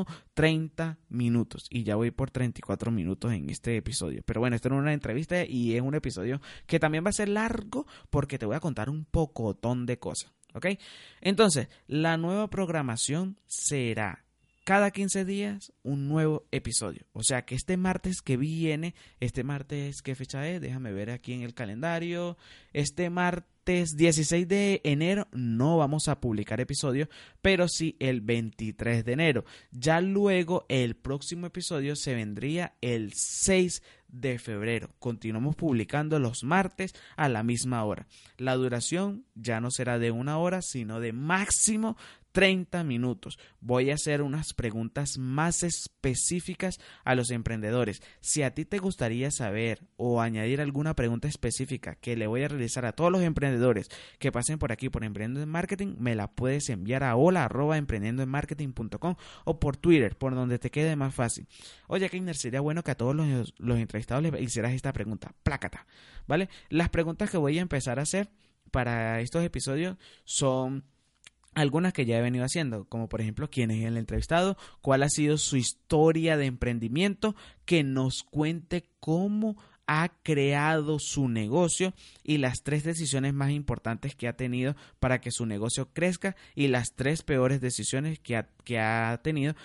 30 minutos. Y ya voy por 34 minutos en este episodio. Pero bueno, esto no es una entrevista y es un episodio que también va a ser largo porque te voy a contar un pocotón de cosas, ¿ok? Entonces, la nueva programación será cada 15 días un nuevo episodio. O sea que este martes que viene, este martes, ¿qué fecha es? Déjame ver aquí en el calendario. Este martes 16 de enero no vamos a publicar episodio, pero sí el 23 de enero. Ya luego el próximo episodio se vendría el 6 de febrero. Continuamos publicando los martes a la misma hora. La duración ya no será de 1 hora, sino de máximo 30 minutos. Voy a hacer unas preguntas más específicas a los emprendedores. Si a ti te gustaría saber o añadir alguna pregunta específica que le voy a realizar a todos los emprendedores que pasen por aquí por Emprendiendo en Marketing, me la puedes enviar a hola@emprendiendoenmarketing.com o por Twitter, por donde te quede más fácil. Oye, Keiner, sería bueno que a todos los entrevistados les hicieras esta pregunta. Plácata, ¿vale? Las preguntas que voy a empezar a hacer para estos episodios son algunas que ya he venido haciendo, como por ejemplo, quién es el entrevistado, cuál ha sido su historia de emprendimiento, que nos cuente cómo ha creado su negocio y las 3 decisiones más importantes que ha tenido para que su negocio crezca y las 3 peores decisiones que ha tenido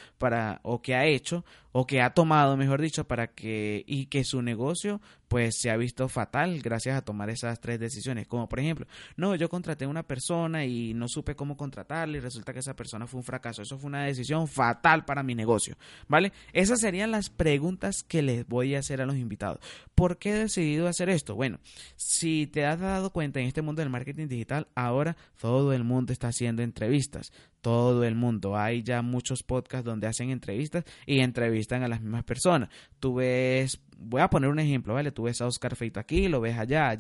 o que ha hecho o que ha tomado, mejor dicho, para que su negocio pues se ha visto fatal gracias a tomar esas 3 decisiones. Como por ejemplo, no, yo contraté a una persona y no supe cómo contratarla y resulta que esa persona fue un fracaso. Eso fue una decisión fatal para mi negocio, ¿vale? Esas serían las preguntas que les voy a hacer a los invitados. ¿Por qué he decidido hacer esto? Bueno, si te has dado cuenta, en este mundo del marketing digital, ahora todo el mundo está haciendo entrevistas. Todo el mundo. Hay ya muchos podcasts donde hacen entrevistas y entrevistan a las mismas personas. Tú ves, voy a poner un ejemplo, ¿vale? Tú ves a Oscar Feito aquí, lo ves allá.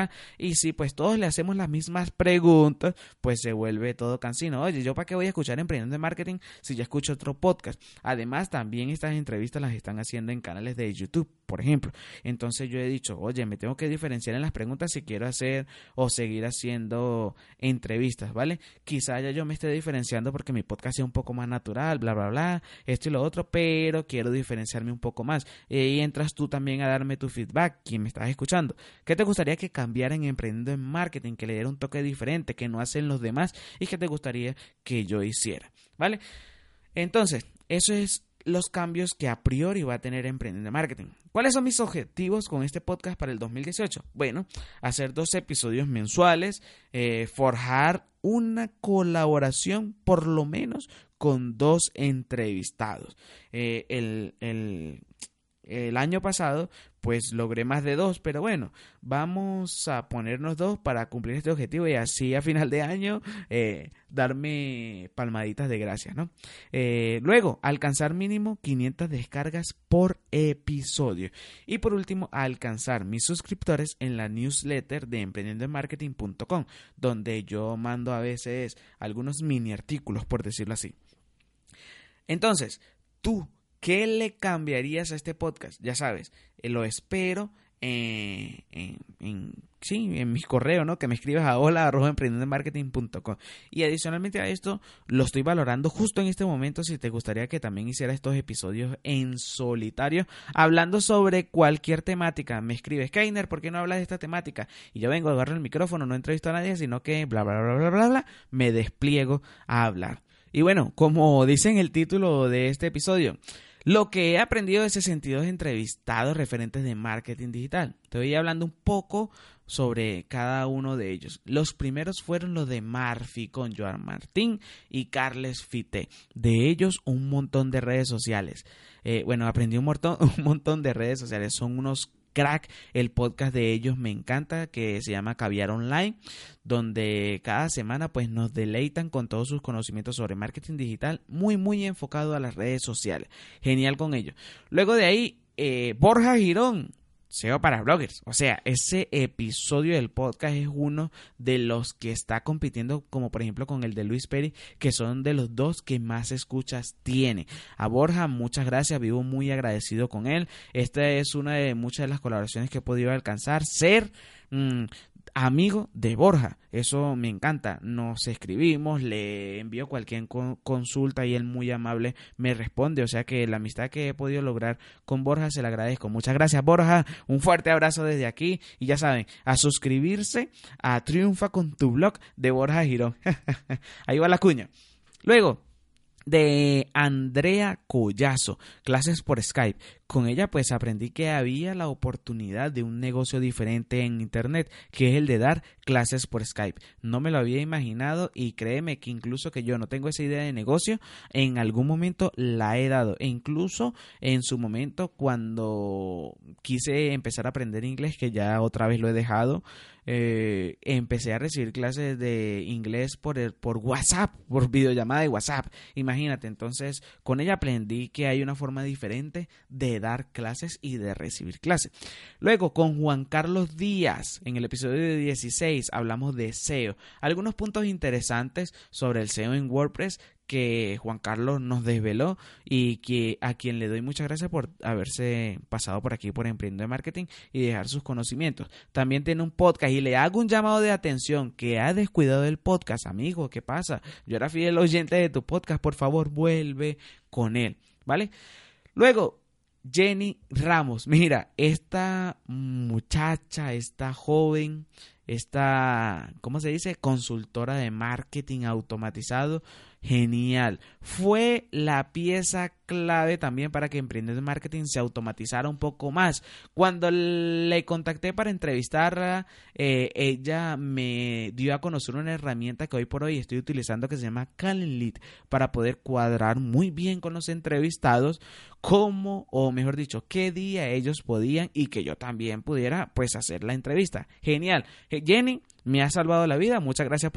Y si pues todos le hacemos las mismas preguntas, pues se vuelve todo cansino. Oye, ¿yo para qué voy a escuchar Emprendiendo en Marketing si ya escucho otro podcast? Además, también estas entrevistas las están haciendo en canales de YouTube, por ejemplo. Entonces yo he dicho, oye, me tengo que diferenciar en las preguntas si quiero hacer o seguir haciendo entrevistas, ¿vale? Quizá ya yo me esté diferenciando porque mi podcast sea un poco más natural, bla, bla, bla, esto y lo otro, pero quiero diferenciarme un poco más. Y entras tú también a darme tu feedback, quien me estás escuchando. ¿Qué te gustaría que cambiara en Emprendiendo en Marketing, que le diera un toque diferente, que no hacen los demás y que te gustaría que yo hiciera? ¿Vale? Entonces, eso es los cambios que a priori va a tener Emprendiendo en Marketing. ¿Cuáles son mis objetivos con este podcast para el 2018? Bueno, hacer 2 episodios mensuales, forjar una colaboración por lo menos con 2 entrevistados. El año pasado pues logré más de 2, pero bueno, vamos a ponernos 2 para cumplir este objetivo y así a final de año darme palmaditas de gracias, ¿no? Luego, alcanzar mínimo 500 descargas por episodio. Y por último, alcanzar mis suscriptores en la newsletter de emprendiendoenmarketing.com, donde yo mando a veces algunos mini artículos, por decirlo así. Entonces, tú, ¿qué le cambiarías a este podcast? Ya sabes, lo espero en mis correos, ¿no? Que me escribas a hola@emprendiendoenmarketing.com. Y adicionalmente a esto, lo estoy valorando justo en este momento si te gustaría que también hiciera estos episodios en solitario, hablando sobre cualquier temática. Me escribes, Keiner, ¿por qué no hablas de esta temática? Y yo vengo, agarro el micrófono, no entrevisto a nadie, sino que bla, bla, bla, bla, bla, bla, me despliego a hablar. Y bueno, como dice en el título de este episodio, lo que he aprendido de 62 entrevistados referentes de marketing digital. Te voy hablando un poco sobre cada uno de ellos. Los primeros fueron los de Marfi con Joan Martín y Carles Fité. De ellos un montón de redes sociales. Aprendí un montón de redes sociales. Son unos crack. El podcast de ellos me encanta, que se llama Caviar Online, donde cada semana pues nos deleitan con todos sus conocimientos sobre marketing digital, muy enfocado a las redes sociales. Genial con ellos. Luego de ahí, Borja Girón, SEO para bloggers. O sea, ese episodio del podcast es uno de los que está compitiendo, como por ejemplo con el de Luis Peri, que son de los 2 que más escuchas tiene. A Borja, muchas gracias, vivo muy agradecido con él. Esta es una de muchas de las colaboraciones que he podido alcanzar. Ser amigo de Borja. Eso me encanta. Nos escribimos, le envío cualquier consulta y él muy amable me responde. O sea que la amistad que he podido lograr con Borja se la agradezco. Muchas gracias, Borja. Un fuerte abrazo desde aquí. Y ya saben, a suscribirse a Triunfa con tu blog de Borja Girón. Ahí va la cuña. Luego, de Andrea Collazo, clases por Skype. Con ella pues aprendí que había la oportunidad de un negocio diferente en internet, que es el de dar clases por Skype. No me lo había imaginado y créeme que incluso que yo no tengo esa idea de negocio, en algún momento la he dado. E incluso en su momento cuando quise empezar a aprender inglés, que ya otra vez lo he dejado, empecé a recibir clases de inglés por WhatsApp, por videollamada de WhatsApp. Imagínate, entonces con ella aprendí que hay una forma diferente de dar clases y de recibir clases. Luego con Juan Carlos Díaz, en el episodio 16 hablamos de SEO, algunos puntos interesantes sobre el SEO en WordPress que Juan Carlos nos desveló y que a quien le doy muchas gracias por haberse pasado por aquí por Emprendiendo de Marketing y dejar sus conocimientos. También tiene un podcast y le hago un llamado de atención que ha descuidado el podcast. Amigo, ¿qué pasa? Yo era fiel oyente de tu podcast, por favor vuelve con él, ¿vale? Luego, Jenny Ramos, mira, esta muchacha, esta joven, esta, ¿cómo se dice? Consultora de marketing automatizado, genial. Fue la pieza clave también para que Emprendiendo en Marketing se automatizara un poco más. Cuando le contacté para entrevistarla, ella me dio a conocer una herramienta que hoy por hoy estoy utilizando que se llama Calendly para poder cuadrar muy bien con los entrevistados cómo, o mejor dicho, qué día ellos podían y que yo también pudiera pues hacer la entrevista. Genial. Jenny, me ha salvado la vida. Muchas gracias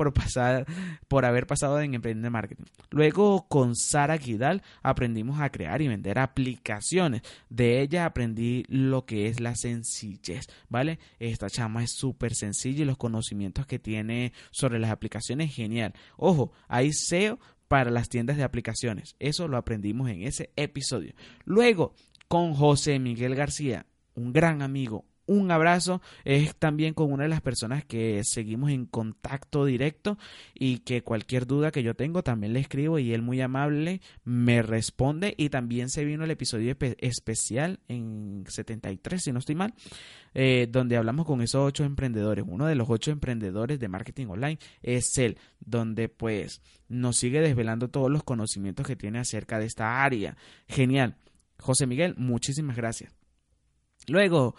por haber pasado en Emprendiendo en Marketing. Luego con Sara Guidal aprendimos a crear y vender aplicaciones. De ella aprendí lo que es la sencillez, ¿vale? Esta chama es súper sencilla y los conocimientos que tiene sobre las aplicaciones, genial. Ojo, hay SEO para las tiendas de aplicaciones. Eso lo aprendimos en ese episodio. Luego con José Miguel García, un gran amigo. Un abrazo, es también con una de las personas que seguimos en contacto directo y que cualquier duda que yo tengo también le escribo y él muy amable me responde. Y también se vino el episodio especial en 73, si no estoy mal, donde hablamos con esos 8 emprendedores. Uno de los 8 emprendedores de marketing online es él, donde pues nos sigue desvelando todos los conocimientos que tiene acerca de esta área. Genial. José Miguel, muchísimas gracias. Luego,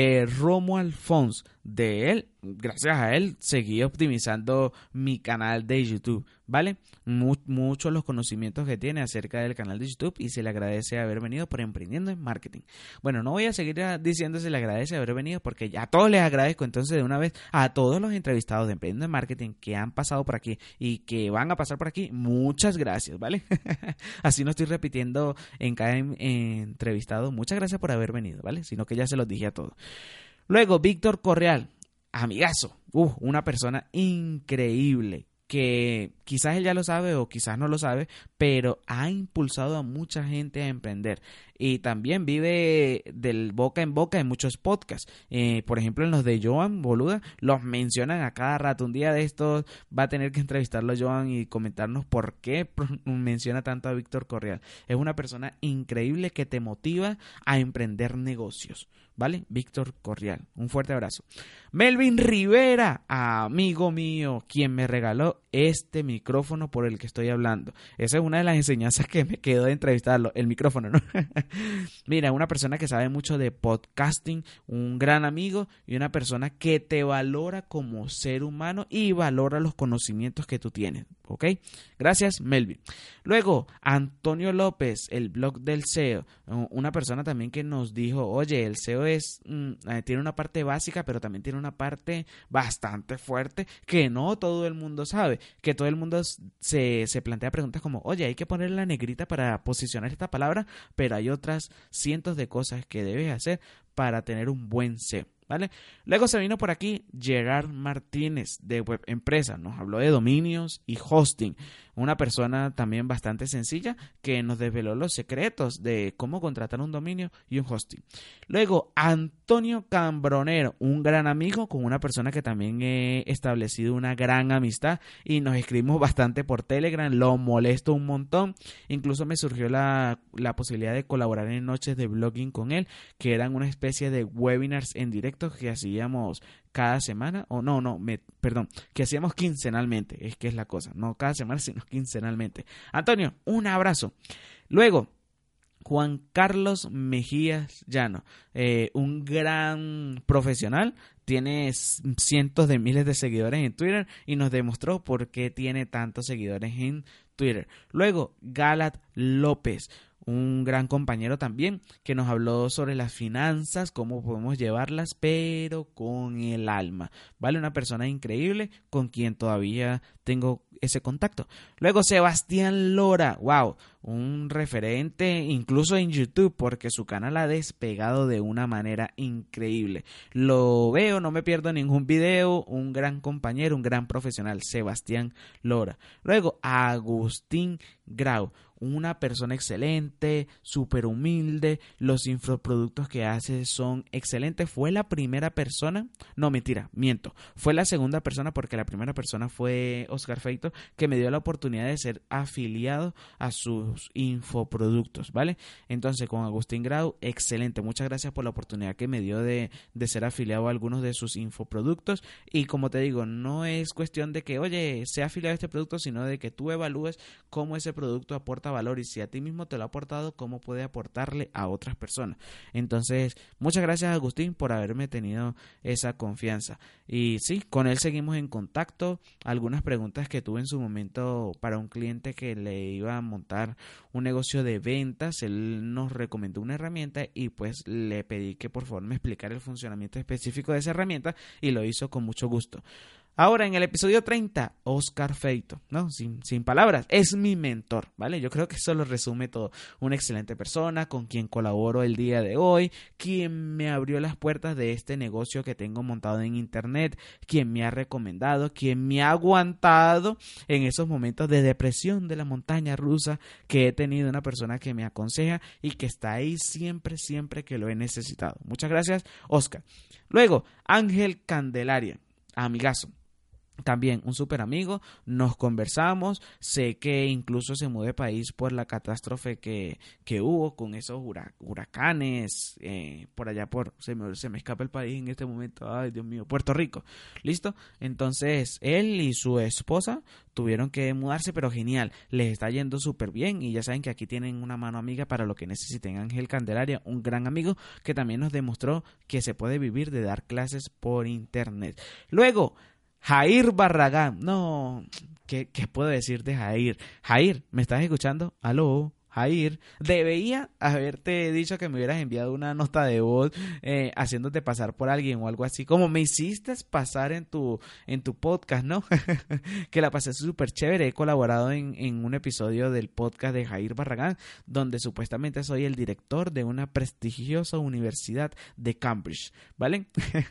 Romo Alfons, de él, gracias a él, seguí optimizando mi canal de YouTube, ¿vale? Muchos los conocimientos que tiene acerca del canal de YouTube y se le agradece haber venido por Emprendiendo en Marketing. Bueno, no voy a seguir diciendo se le agradece haber venido porque ya a todos les agradezco, entonces de una vez a todos los entrevistados de Emprendiendo en Marketing que han pasado por aquí y que van a pasar por aquí, muchas gracias, ¿vale? Así no estoy repitiendo en cada entrevistado, muchas gracias por haber venido, ¿vale? Sino que ya se los dije a todos. Luego, Víctor Correal, amigazo, una persona increíble que quizás él ya lo sabe o quizás no lo sabe, pero ha impulsado a mucha gente a emprender y también vive del boca en boca en muchos podcasts. Por ejemplo, en los de Joan Boluda los mencionan a cada rato. Un día de estos va a tener que entrevistarlo a Joan y comentarnos por qué menciona tanto a Víctor Correal. Es una persona increíble que te motiva a emprender negocios, ¿vale? Víctor Correal, un fuerte abrazo. Melvin Rivera, amigo mío, quien me regaló este micrófono por el que estoy hablando. Esa es una de las enseñanzas que me quedó de entrevistarlo, el micrófono, ¿no? Mira, una persona que sabe mucho de podcasting, un gran amigo y una persona que te valora como ser humano y valora los conocimientos que tú tienes, ¿ok? Gracias, Melvin. Luego, Antonio López, el blog del SEO, una persona también que nos dijo, oye, el SEO tiene una parte básica, pero también tiene una parte bastante fuerte que no todo el mundo sabe, que todo el mundo se plantea preguntas como, oye, hay que poner la negrita para posicionar esta palabra, pero hay otras cientos de cosas que debes hacer para tener un buen SEO, ¿vale? Luego se vino por aquí Gerard Martínez de Web Empresa, nos habló de dominios y hosting, una persona también bastante sencilla que nos desveló los secretos de cómo contratar un dominio y un hosting. Luego, Antonio Cambronero, un gran amigo con una persona que también he establecido una gran amistad y nos escribimos bastante por Telegram, lo molesto un montón, incluso me surgió la posibilidad de colaborar en noches de blogging con él, que eran una especie de webinars en directo que hacíamos cada semana, que hacíamos quincenalmente, es que es la cosa, no cada semana sino quincenalmente. Antonio, un abrazo. Luego, Juan Carlos Mejías Llano, un gran profesional, tiene cientos de miles de seguidores en Twitter y nos demostró por qué tiene tantos seguidores en Twitter. Luego, Galat López, un gran compañero también, que nos habló sobre las finanzas, cómo podemos llevarlas, pero con el alma, ¿vale? Una persona increíble con quien todavía tengo ese contacto. Luego, Sebastián Lora, wow, un referente incluso en YouTube, porque su canal ha despegado de una manera increíble. Lo veo, no me pierdo ningún video, un gran compañero, un gran profesional, Sebastián Lora. Luego, Agustín Grau, una persona excelente, súper humilde, los infoproductos que hace son excelentes. Fue la primera persona, no mentira, miento, fue la segunda persona porque la primera persona fue Oscar Feito, que me dio la oportunidad de ser afiliado a sus infoproductos, ¿vale? Entonces con Agustín Grau, excelente, muchas gracias por la oportunidad que me dio de ser afiliado a algunos de sus infoproductos. Y como te digo, no es cuestión de que, oye, sea afiliado a este producto, sino de que tú evalúes cómo ese producto aporta valor y si a ti mismo te lo ha aportado, cómo puede aportarle a otras personas. Entonces, muchas gracias Agustín por haberme tenido esa confianza. Y sí, con él seguimos en contacto. Algunas preguntas que tuve en su momento para un cliente que le iba a montar un negocio de ventas, él nos recomendó una herramienta y pues le pedí que por favor me explicara el funcionamiento específico de esa herramienta y lo hizo con mucho gusto. Ahora, en el episodio 30, Oscar Feito, ¿no? Sin palabras, es mi mentor, ¿vale? Yo creo que eso lo resume todo. Una excelente persona con quien colaboro el día de hoy, quien me abrió las puertas de este negocio que tengo montado en internet, quien me ha recomendado, quien me ha aguantado en esos momentos de depresión de la montaña rusa que he tenido, una persona que me aconseja y que está ahí siempre que lo he necesitado. Muchas gracias, Oscar. Luego, Ángel Candelaria, amigazo. También un súper amigo, nos conversamos, sé que incluso se mudó de país por la catástrofe que hubo con esos huracanes, por allá se me escapa el país en este momento, ay Dios mío, Puerto Rico, ¿listo? Entonces él y su esposa tuvieron que mudarse, pero genial, les está yendo súper bien y ya saben que aquí tienen una mano amiga para lo que necesiten. Ángel Candelaria, un gran amigo que también nos demostró que se puede vivir de dar clases por internet. Luego, Jair Barragán, no, ¿qué puedo decir de Jair? Jair, ¿me estás escuchando? ¿Aló? Jair, debía haberte dicho que me hubieras enviado una nota de voz haciéndote pasar por alguien o algo así, como me hiciste pasar en tu podcast, ¿no? Que la pasé súper chévere. He colaborado en un episodio del podcast de Jair Barragán, donde supuestamente soy el director de una prestigiosa universidad de Cambridge, ¿vale?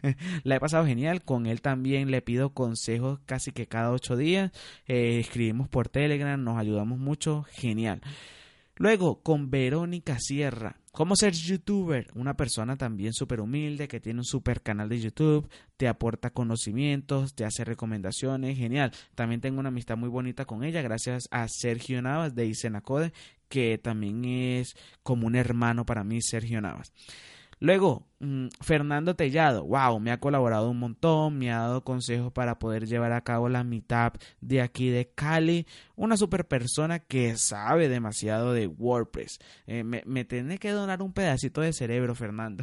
La he pasado genial, con él también le pido consejos casi que cada 8 días, escribimos por Telegram, nos ayudamos mucho, genial. Luego, con Verónica Sierra, ¿cómo ser youtuber? Una persona también súper humilde que tiene un súper canal de YouTube, te aporta conocimientos, te hace recomendaciones, genial. También tengo una amistad muy bonita con ella gracias a Sergio Navas de Isenacode, que también es como un hermano para mí, Sergio Navas. Luego, Fernando Tellado, wow, me ha colaborado un montón, me ha dado consejos para poder llevar a cabo la meetup de aquí de Cali, una super persona que sabe demasiado de WordPress. Me tiene que donar un pedacito de cerebro, Fernando.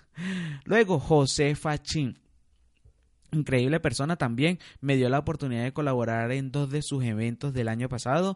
Luego, José Fachín. Increíble persona también, me dio la oportunidad de colaborar en 2 de sus eventos del año pasado.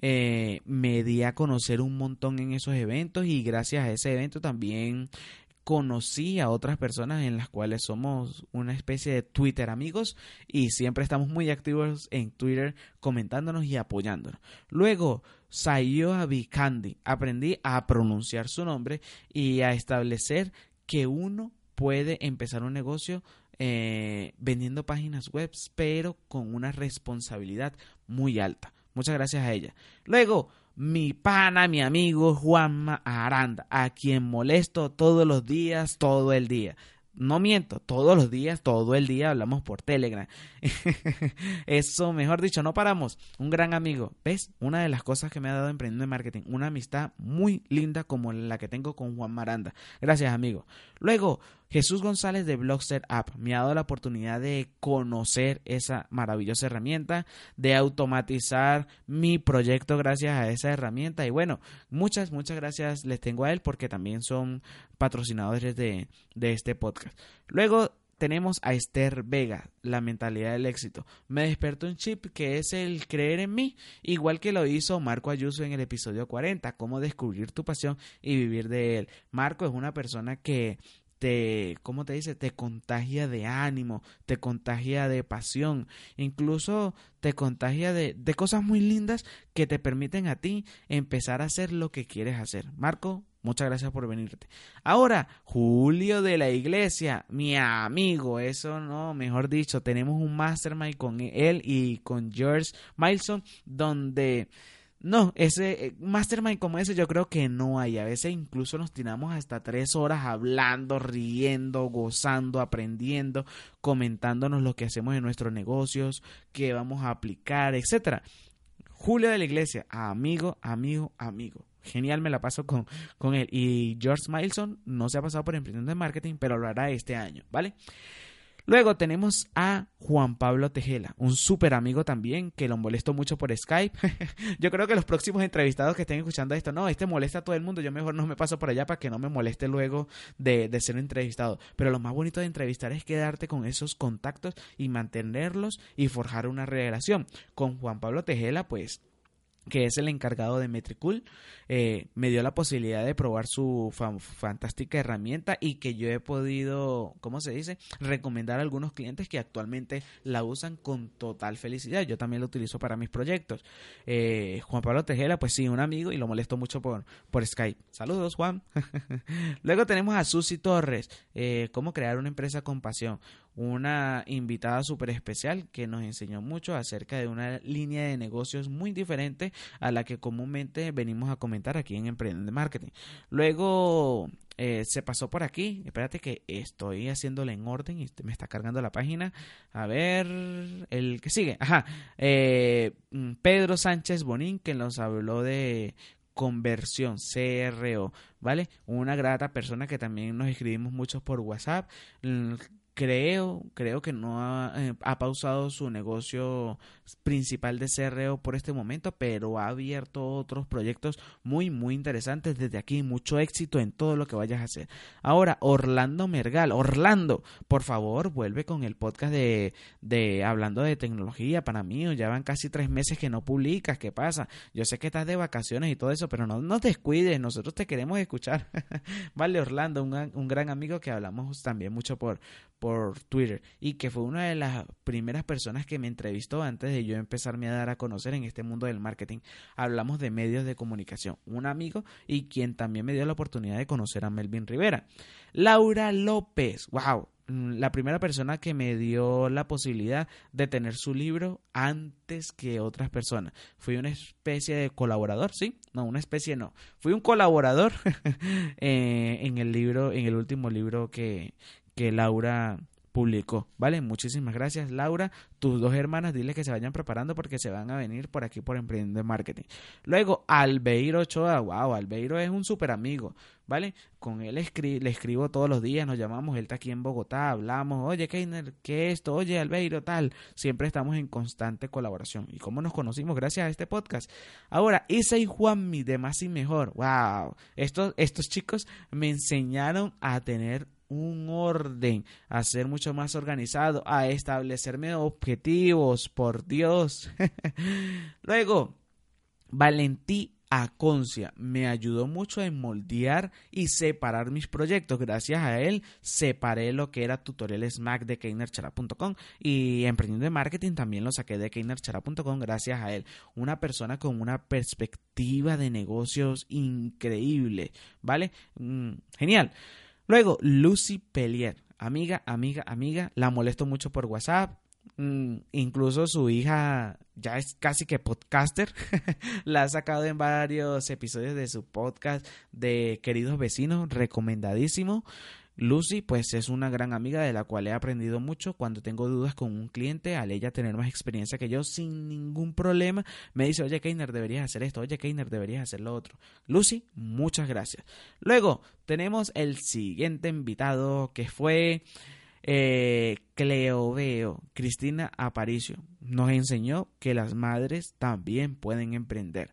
Me di a conocer un montón en esos eventos y gracias a ese evento también conocí a otras personas en las cuales somos una especie de Twitter amigos y siempre estamos muy activos en Twitter comentándonos y apoyándonos. Luego, Sayo Abikandi, aprendí a pronunciar su nombre y a establecer que uno puede empezar un negocio vendiendo páginas web, pero con una responsabilidad muy alta. Muchas gracias a ella. Luego, mi pana, mi amigo Juanma Aranda, a quien molesto todos los días, todo el día. No miento, todos los días, todo el día hablamos por Telegram. Eso, mejor dicho, no paramos. Un gran amigo. ¿Ves? Una de las cosas que me ha dado Emprendiendo en Marketing. Una amistad muy linda como la que tengo con Juan Maranda. Gracias, amigo. Luego, Jesús González de Blogster App me ha dado la oportunidad de conocer esa maravillosa herramienta, de automatizar mi proyecto gracias a esa herramienta. Y bueno, muchas gracias les tengo a él porque también son patrocinadores de este podcast. Luego tenemos a Esther Vega, la mentalidad del éxito. Me despertó un chip que es el creer en mí, igual que lo hizo Marco Ayuso en el episodio 40, cómo descubrir tu pasión y vivir de él. Marco es una persona que te contagia de ánimo, te contagia de pasión, incluso te contagia de cosas muy lindas que te permiten a ti empezar a hacer lo que quieres hacer. Marco, muchas gracias por venirte. Ahora, Julio de la Iglesia, mi amigo, eso no, mejor dicho, tenemos un mastermind con él y con George Milson, donde no, ese mastermind como ese yo creo que no hay. A veces incluso nos tiramos hasta 3 horas hablando, riendo, gozando, aprendiendo, comentándonos lo que hacemos en nuestros negocios, qué vamos a aplicar, etcétera. Julio de la Iglesia, amigo. Genial, me la paso con él. Y George Milson no se ha pasado por Emprendiendo en Marketing, pero lo hará este año, ¿vale? Luego tenemos a Juan Pablo Tejela, un súper amigo también, que lo molesto mucho por Skype. Yo creo que los próximos entrevistados que estén escuchando esto, no, molesta a todo el mundo, yo mejor no me paso por allá para que no me moleste luego de ser entrevistado. Pero lo más bonito de entrevistar es quedarte con esos contactos y mantenerlos y forjar una relación. Con Juan Pablo Tejela, pues, que es el encargado de Metricool, me dio la posibilidad de probar su fantástica herramienta y que yo he podido, recomendar a algunos clientes que actualmente la usan con total felicidad. Yo también lo utilizo para mis proyectos. Juan Pablo Tejela, pues sí, un amigo y lo molesto mucho por Skype. Saludos, Juan. Luego tenemos a Susi Torres, cómo crear una empresa con pasión. Una invitada súper especial que nos enseñó mucho acerca de una línea de negocios muy diferente a la que comúnmente venimos a comentar aquí en Emprendiendo en Marketing. Luego se pasó por aquí, espérate que estoy haciéndole en orden y me está cargando la página. A ver, el que sigue, Pedro Sánchez Bonín, que nos habló de conversión, CRO, ¿vale? Una grata persona que también nos escribimos muchos por WhatsApp. Creo que no ha pausado su negocio principal de CRO por este momento, pero ha abierto otros proyectos muy interesantes desde aquí. Mucho éxito en todo lo que vayas a hacer. Ahora, Orlando Mergal. Orlando, por favor, vuelve con el podcast de hablando de tecnología. Para mí, ya van casi 3 meses que no publicas. ¿Qué pasa? Yo sé que estás de vacaciones y todo eso, pero no te descuides. Nosotros te queremos escuchar. Vale, Orlando, un gran amigo que hablamos también mucho por Twitter y que fue una de las primeras personas que me entrevistó antes de yo empezarme a dar a conocer en este mundo del marketing. Hablamos de medios de comunicación, un amigo y quien también me dio la oportunidad de conocer a Melvin Rivera. Laura López, wow, la primera persona que me dio la posibilidad de tener su libro antes que otras personas. Fui una especie de colaborador, ¿sí? No, una especie no. Fui un colaborador en el último libro que Laura publicó, ¿vale? Muchísimas gracias, Laura. Tus 2 hermanas, dile que se vayan preparando porque se van a venir por aquí por Emprendiendo en Marketing. Luego, Albeiro Ochoa. Wow, Albeiro es un súper amigo, ¿vale? Con él le escribo todos los días, nos llamamos, él está aquí en Bogotá, hablamos, oye, Keiner, ¿qué es esto? Oye, Albeiro, tal. Siempre estamos en constante colaboración. ¿Y cómo nos conocimos? Gracias a este podcast. Ahora, Isa y Juanmi de Más y Mejor. Wow, estos chicos me enseñaron a tener un orden, a ser mucho más organizado, a establecerme objetivos, por Dios. Luego, Valentí Aconcia me ayudó mucho en moldear y separar mis proyectos. Gracias a él separé lo que era tutoriales Mac de KeinerChara.com y Emprendiendo en Marketing también lo saqué de KeinerChara.com gracias a él. Una persona con una perspectiva de negocios increíble, ¿vale? Genial. Luego, Lucy Pellier, amiga, la molesto mucho por WhatsApp. Incluso su hija ya es casi que podcaster. La ha sacado en varios episodios de su podcast de Queridos Vecinos, recomendadísimo. Lucy, pues es una gran amiga de la cual he aprendido mucho. Cuando tengo dudas con un cliente, al ella tener más experiencia que yo, sin ningún problema, me dice, oye Keiner, deberías hacer esto, oye Keiner, deberías hacer lo otro. Lucy, muchas gracias. Luego tenemos el siguiente invitado, que fue Cleoveo, Cristina Aparicio. Nos enseñó que las madres también pueden emprender.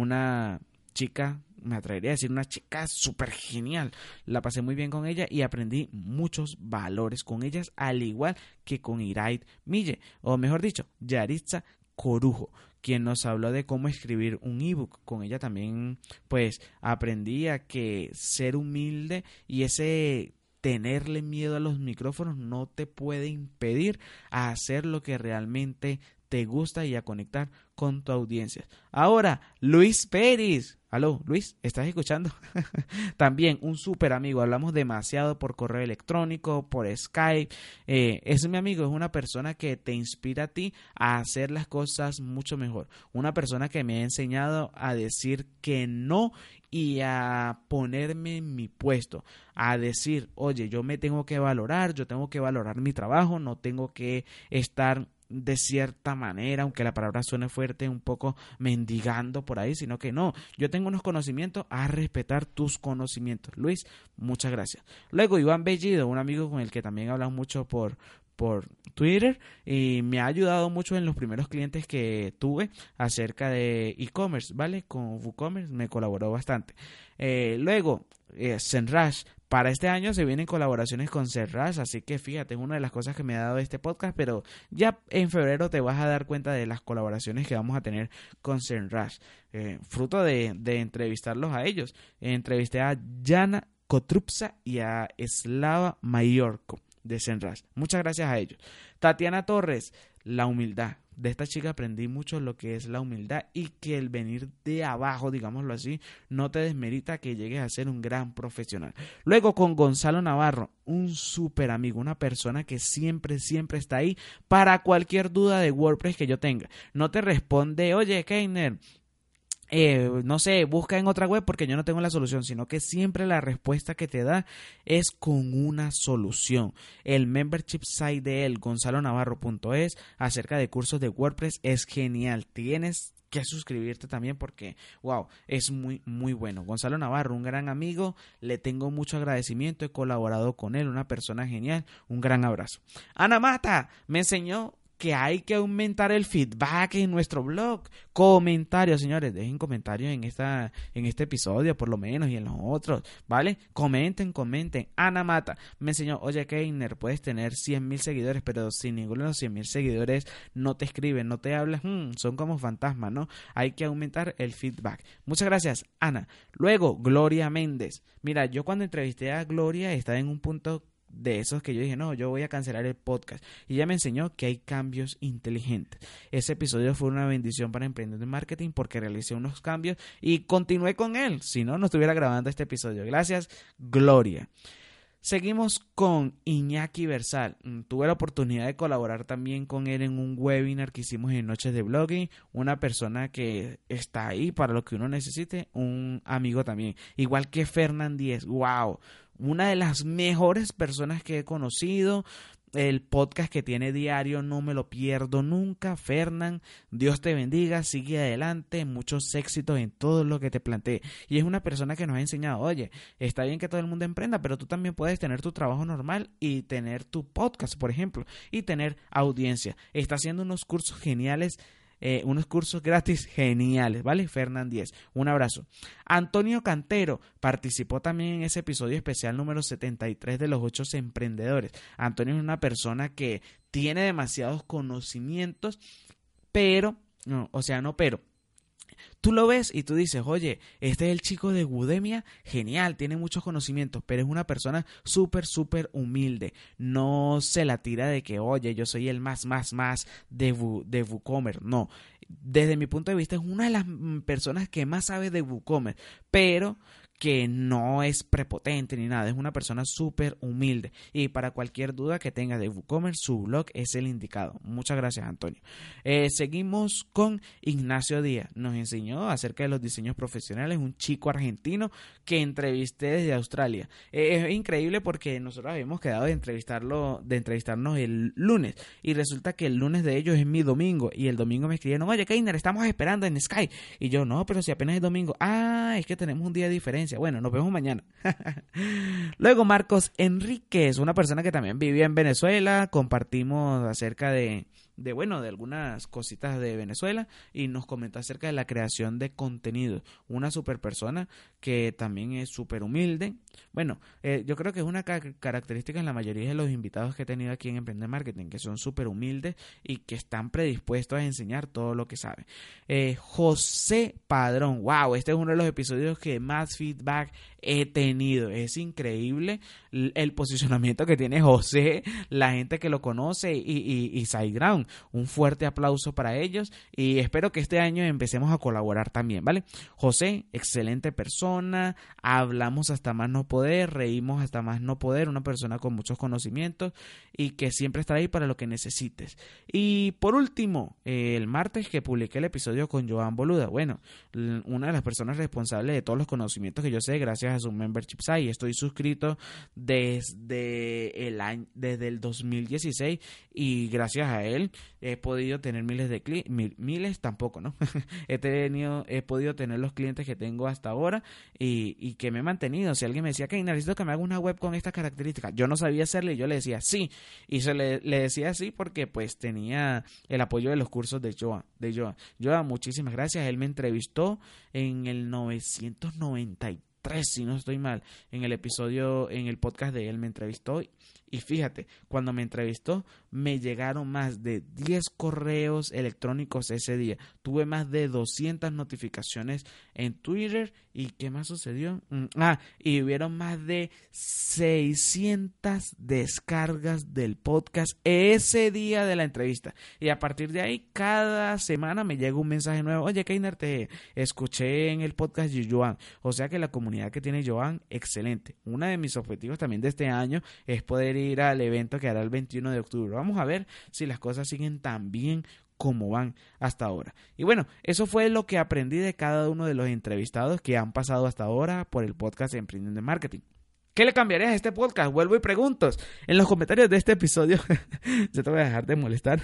Una chica, me atrevería a decir, una chica súper genial. La pasé muy bien con ella y aprendí muchos valores con ellas, al igual que con Iraid Mille, o mejor dicho, Yaritza Corujo, quien nos habló de cómo escribir un ebook. Con ella también pues aprendí a que ser humilde y ese tenerle miedo a los micrófonos no te puede impedir a hacer lo que realmente te gusta y a conectar con tu audiencia. Ahora, Luis Pérez. Aló, Luis, ¿estás escuchando? También un súper amigo. Hablamos demasiado por correo electrónico, por Skype. Es mi amigo, es una persona que te inspira a ti a hacer las cosas mucho mejor. Una persona que me ha enseñado a decir que no y a ponerme en mi puesto, a decir, oye, yo me tengo que valorar, yo tengo que valorar mi trabajo, no tengo que estar de cierta manera, aunque la palabra suene fuerte, un poco mendigando por ahí, sino que no, yo tengo unos conocimientos, a respetar tus conocimientos. Luis, muchas gracias. Luego Iván Bellido, un amigo con el que también hablamos mucho por Twitter y me ha ayudado mucho en los primeros clientes que tuve acerca de e-commerce, ¿vale? Con WooCommerce me colaboró bastante. Luego, Zenrash. Para este año se vienen colaboraciones con Zenrash, así que fíjate, es una de las cosas que me ha dado este podcast, pero ya en febrero te vas a dar cuenta de las colaboraciones que vamos a tener con Zenrash. Fruto de entrevistarlos a ellos. Entrevisté a Jana Kotrupsa y a Slava Mayorko de Zenrash. Muchas gracias a ellos. Tatiana Torres, la humildad. De esta chica aprendí mucho lo que es la humildad y que el venir de abajo, digámoslo así, no te desmerita que llegues a ser un gran profesional. Luego con Gonzalo Navarro, un súper amigo, una persona que siempre está ahí para cualquier duda de WordPress que yo tenga. No te responde, oye Keiner, no sé, busca en otra web porque yo no tengo la solución, sino que siempre la respuesta que te da es con una solución. El membership site de él, gonzalonavarro.es, acerca de cursos de WordPress, es genial. Tienes que suscribirte también porque, wow, es muy bueno. Gonzalo Navarro, un gran amigo, le tengo mucho agradecimiento, he colaborado con él, una persona genial, un gran abrazo. Ana Mata me enseñó que hay que aumentar el feedback en nuestro blog. Comentarios, señores, dejen comentarios en este episodio por lo menos y en los otros, ¿vale? Comenten. Ana Mata me enseñó, oye Keiner, puedes tener 100,000 seguidores, pero si ninguno de los 100,000 seguidores no te escriben, no te hablan, son como fantasmas, ¿no? Hay que aumentar el feedback. Muchas gracias, Ana. Luego, Gloria Méndez. Mira, yo cuando entrevisté a Gloria estaba en un punto de esos que yo dije, no, yo voy a cancelar el podcast, y ella me enseñó que hay cambios inteligentes. Ese episodio fue una bendición para Emprendedores de Marketing porque realicé unos cambios y continué con él, si no estuviera grabando este episodio. Gracias, Gloria. Seguimos con Iñaki Versal. Tuve la oportunidad de colaborar también con él en un webinar que hicimos en Noches de Blogging. Una persona que está ahí para lo que uno necesite, un amigo también, igual que Fernán Díez. Wow, una de las mejores personas que he conocido. El podcast que tiene diario no me lo pierdo nunca. Fernán, Dios te bendiga, sigue adelante, muchos éxitos en todo lo que te planteé. Y es una persona que nos ha enseñado, oye, está bien que todo el mundo emprenda, pero tú también puedes tener tu trabajo normal y tener tu podcast, por ejemplo, y tener audiencia. Está haciendo unos cursos geniales, unos cursos gratis geniales, ¿vale? Fernán 10, un abrazo. Antonio Cantero participó también en ese episodio especial número 73 de los 8 emprendedores. Antonio es una persona que tiene demasiados conocimientos, pero tú lo ves y tú dices, oye, este es el chico de Udemia, genial, tiene muchos conocimientos, pero es una persona súper humilde. No se la tira de que, oye, yo soy el más de WooCommerce. No, desde mi punto de vista es una de las personas que más sabe de WooCommerce, pero que no es prepotente ni nada, es una persona súper humilde. Y para cualquier duda que tenga de WooCommerce, su blog es el indicado. Muchas gracias, Antonio. Seguimos con Ignacio Díaz. Nos enseñó acerca de los diseños profesionales, un chico argentino que entrevisté desde Australia. Es increíble porque nosotros habíamos quedado de entrevistarnos el lunes, y resulta que el lunes de ellos es mi domingo, y el domingo me escribieron: oye, Keiner, estamos esperando en Skype. Y yo: no, pero si apenas es domingo. Es que tenemos un día de diferencia. Bueno, nos vemos mañana. Luego Marcos Enríquez, una persona que también vivía en Venezuela. Compartimos acerca de algunas cositas de Venezuela, y nos comentó acerca de la creación de contenido. Una super persona que también es súper humilde. Bueno, yo creo que es una característica en la mayoría de los invitados que he tenido aquí en Emprende Marketing, que son súper humildes y que están predispuestos a enseñar todo lo que saben. José Padrón, wow, este es uno de los episodios que más feedback he tenido. Es increíble el posicionamiento que tiene José, la gente que lo conoce y SiteGround. Un fuerte aplauso para ellos, y espero que este año empecemos a colaborar también, ¿vale? José, excelente persona, hablamos hasta más no poder, reímos hasta más no poder, una persona con muchos conocimientos y que siempre está ahí para lo que necesites. Y por último, el martes que publiqué el episodio con Joan Boluda, bueno, una de las personas responsables de todos los conocimientos que yo sé gracias a su membership site. Estoy suscrito desde el 2016, y gracias a él he podido tener miles tampoco, ¿no? He podido tener los clientes que tengo hasta ahora, y que me he mantenido. Si alguien me decía: que necesito que me haga una web con estas características, yo no sabía hacerle, y yo le decía sí, y le decía sí porque pues tenía el apoyo de los cursos de Joan. Joan, muchísimas gracias. Él me entrevistó en el 993, si no estoy mal, en el podcast de él me entrevistó. Y fíjate, cuando me entrevistó me llegaron más de 10 correos electrónicos ese día. Tuve más de 200 notificaciones en Twitter. ¿Y qué más sucedió? Y hubieron más de 600 descargas del podcast ese día de la entrevista. Y a partir de ahí, cada semana me llega un mensaje nuevo: oye, Keiner, te escuché en el podcast de Joan. O sea que la comunidad que tiene Joan, excelente. Uno de mis objetivos también de este año es poder ir al evento que hará el 21 de octubre. Vamos a ver si las cosas siguen tan bien como van hasta ahora. Y bueno, eso fue lo que aprendí de cada uno de los entrevistados que han pasado hasta ahora por el podcast Emprende Marketing. ¿Qué le cambiarías a este podcast? Vuelvo y pregunto en los comentarios de este episodio. Ya te voy a dejar de molestar.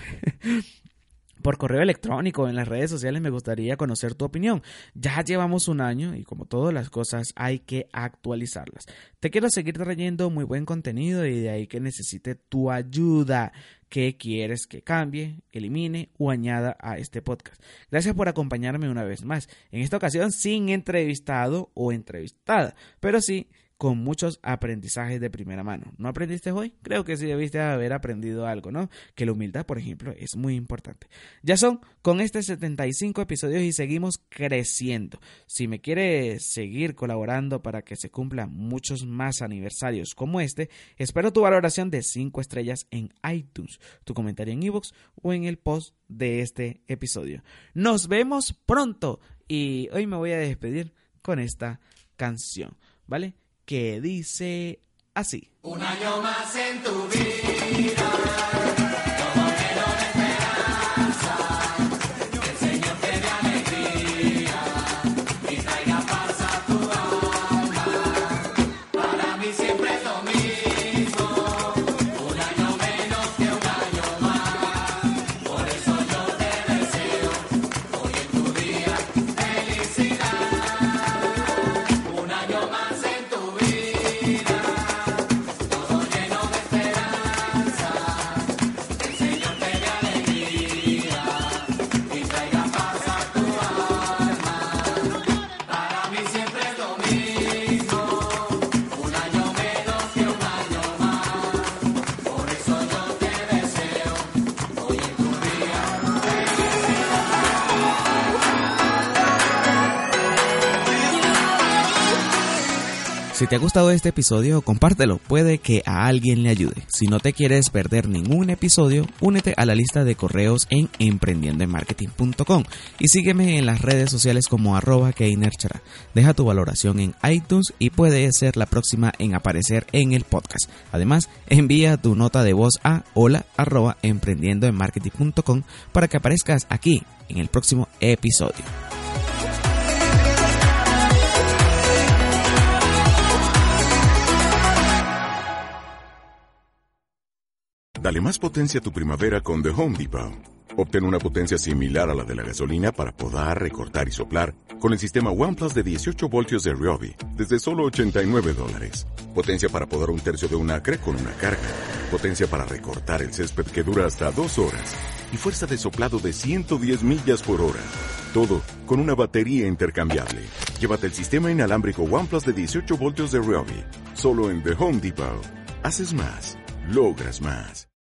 Por correo electrónico, en las redes sociales, me gustaría conocer tu opinión. Ya llevamos un año y, como todas las cosas, hay que actualizarlas. Te quiero seguir trayendo muy buen contenido, y de ahí que necesite tu ayuda. ¿Qué quieres que cambie, elimine o añada a este podcast? Gracias por acompañarme una vez más. En esta ocasión sin entrevistado o entrevistada, pero sí con muchos aprendizajes de primera mano. ¿No aprendiste hoy? Creo que sí debiste haber aprendido algo, ¿no? Que la humildad, por ejemplo, es muy importante. Ya son con 75 episodios y seguimos creciendo. Si me quieres seguir colaborando para que se cumplan muchos más aniversarios como este, espero tu valoración de 5 estrellas en iTunes, tu comentario en iVoox o en el post de este episodio. Nos vemos pronto, y hoy me voy a despedir con esta canción, ¿vale? Que dice así: un año más en tu vida, como lleno de esperanza, que el Señor te dé alegría y traiga paz a tu alma. Para mí siempre es lo mismo, un año menos que un año más. Por eso yo te deseo hoy en tu día felicidad. Un año más en tu vida, todo lleno de esperanza, Si te ha gustado este episodio, compártelo, puede que a alguien le ayude. Si no te quieres perder ningún episodio, únete a la lista de correos en emprendiendoenmarketing.com y sígueme en las redes sociales como @keinerchara. Deja tu valoración en iTunes y puede ser la próxima en aparecer en el podcast. Además, envía tu nota de voz a hola@emprendiendoenmarketing.com para que aparezcas aquí en el próximo episodio. Dale más potencia a tu primavera con The Home Depot. Obtén una potencia similar a la de la gasolina para podar, recortar y soplar con el sistema OnePlus de 18 voltios de Ryobi desde solo $89. Potencia para podar un tercio de un acre con una carga. Potencia para recortar el césped que dura hasta 2 horas. Y fuerza de soplado de 110 millas por hora. Todo con una batería intercambiable. Llévate el sistema inalámbrico OnePlus de 18 voltios de Ryobi. Solo en The Home Depot. Haces más. Logras más.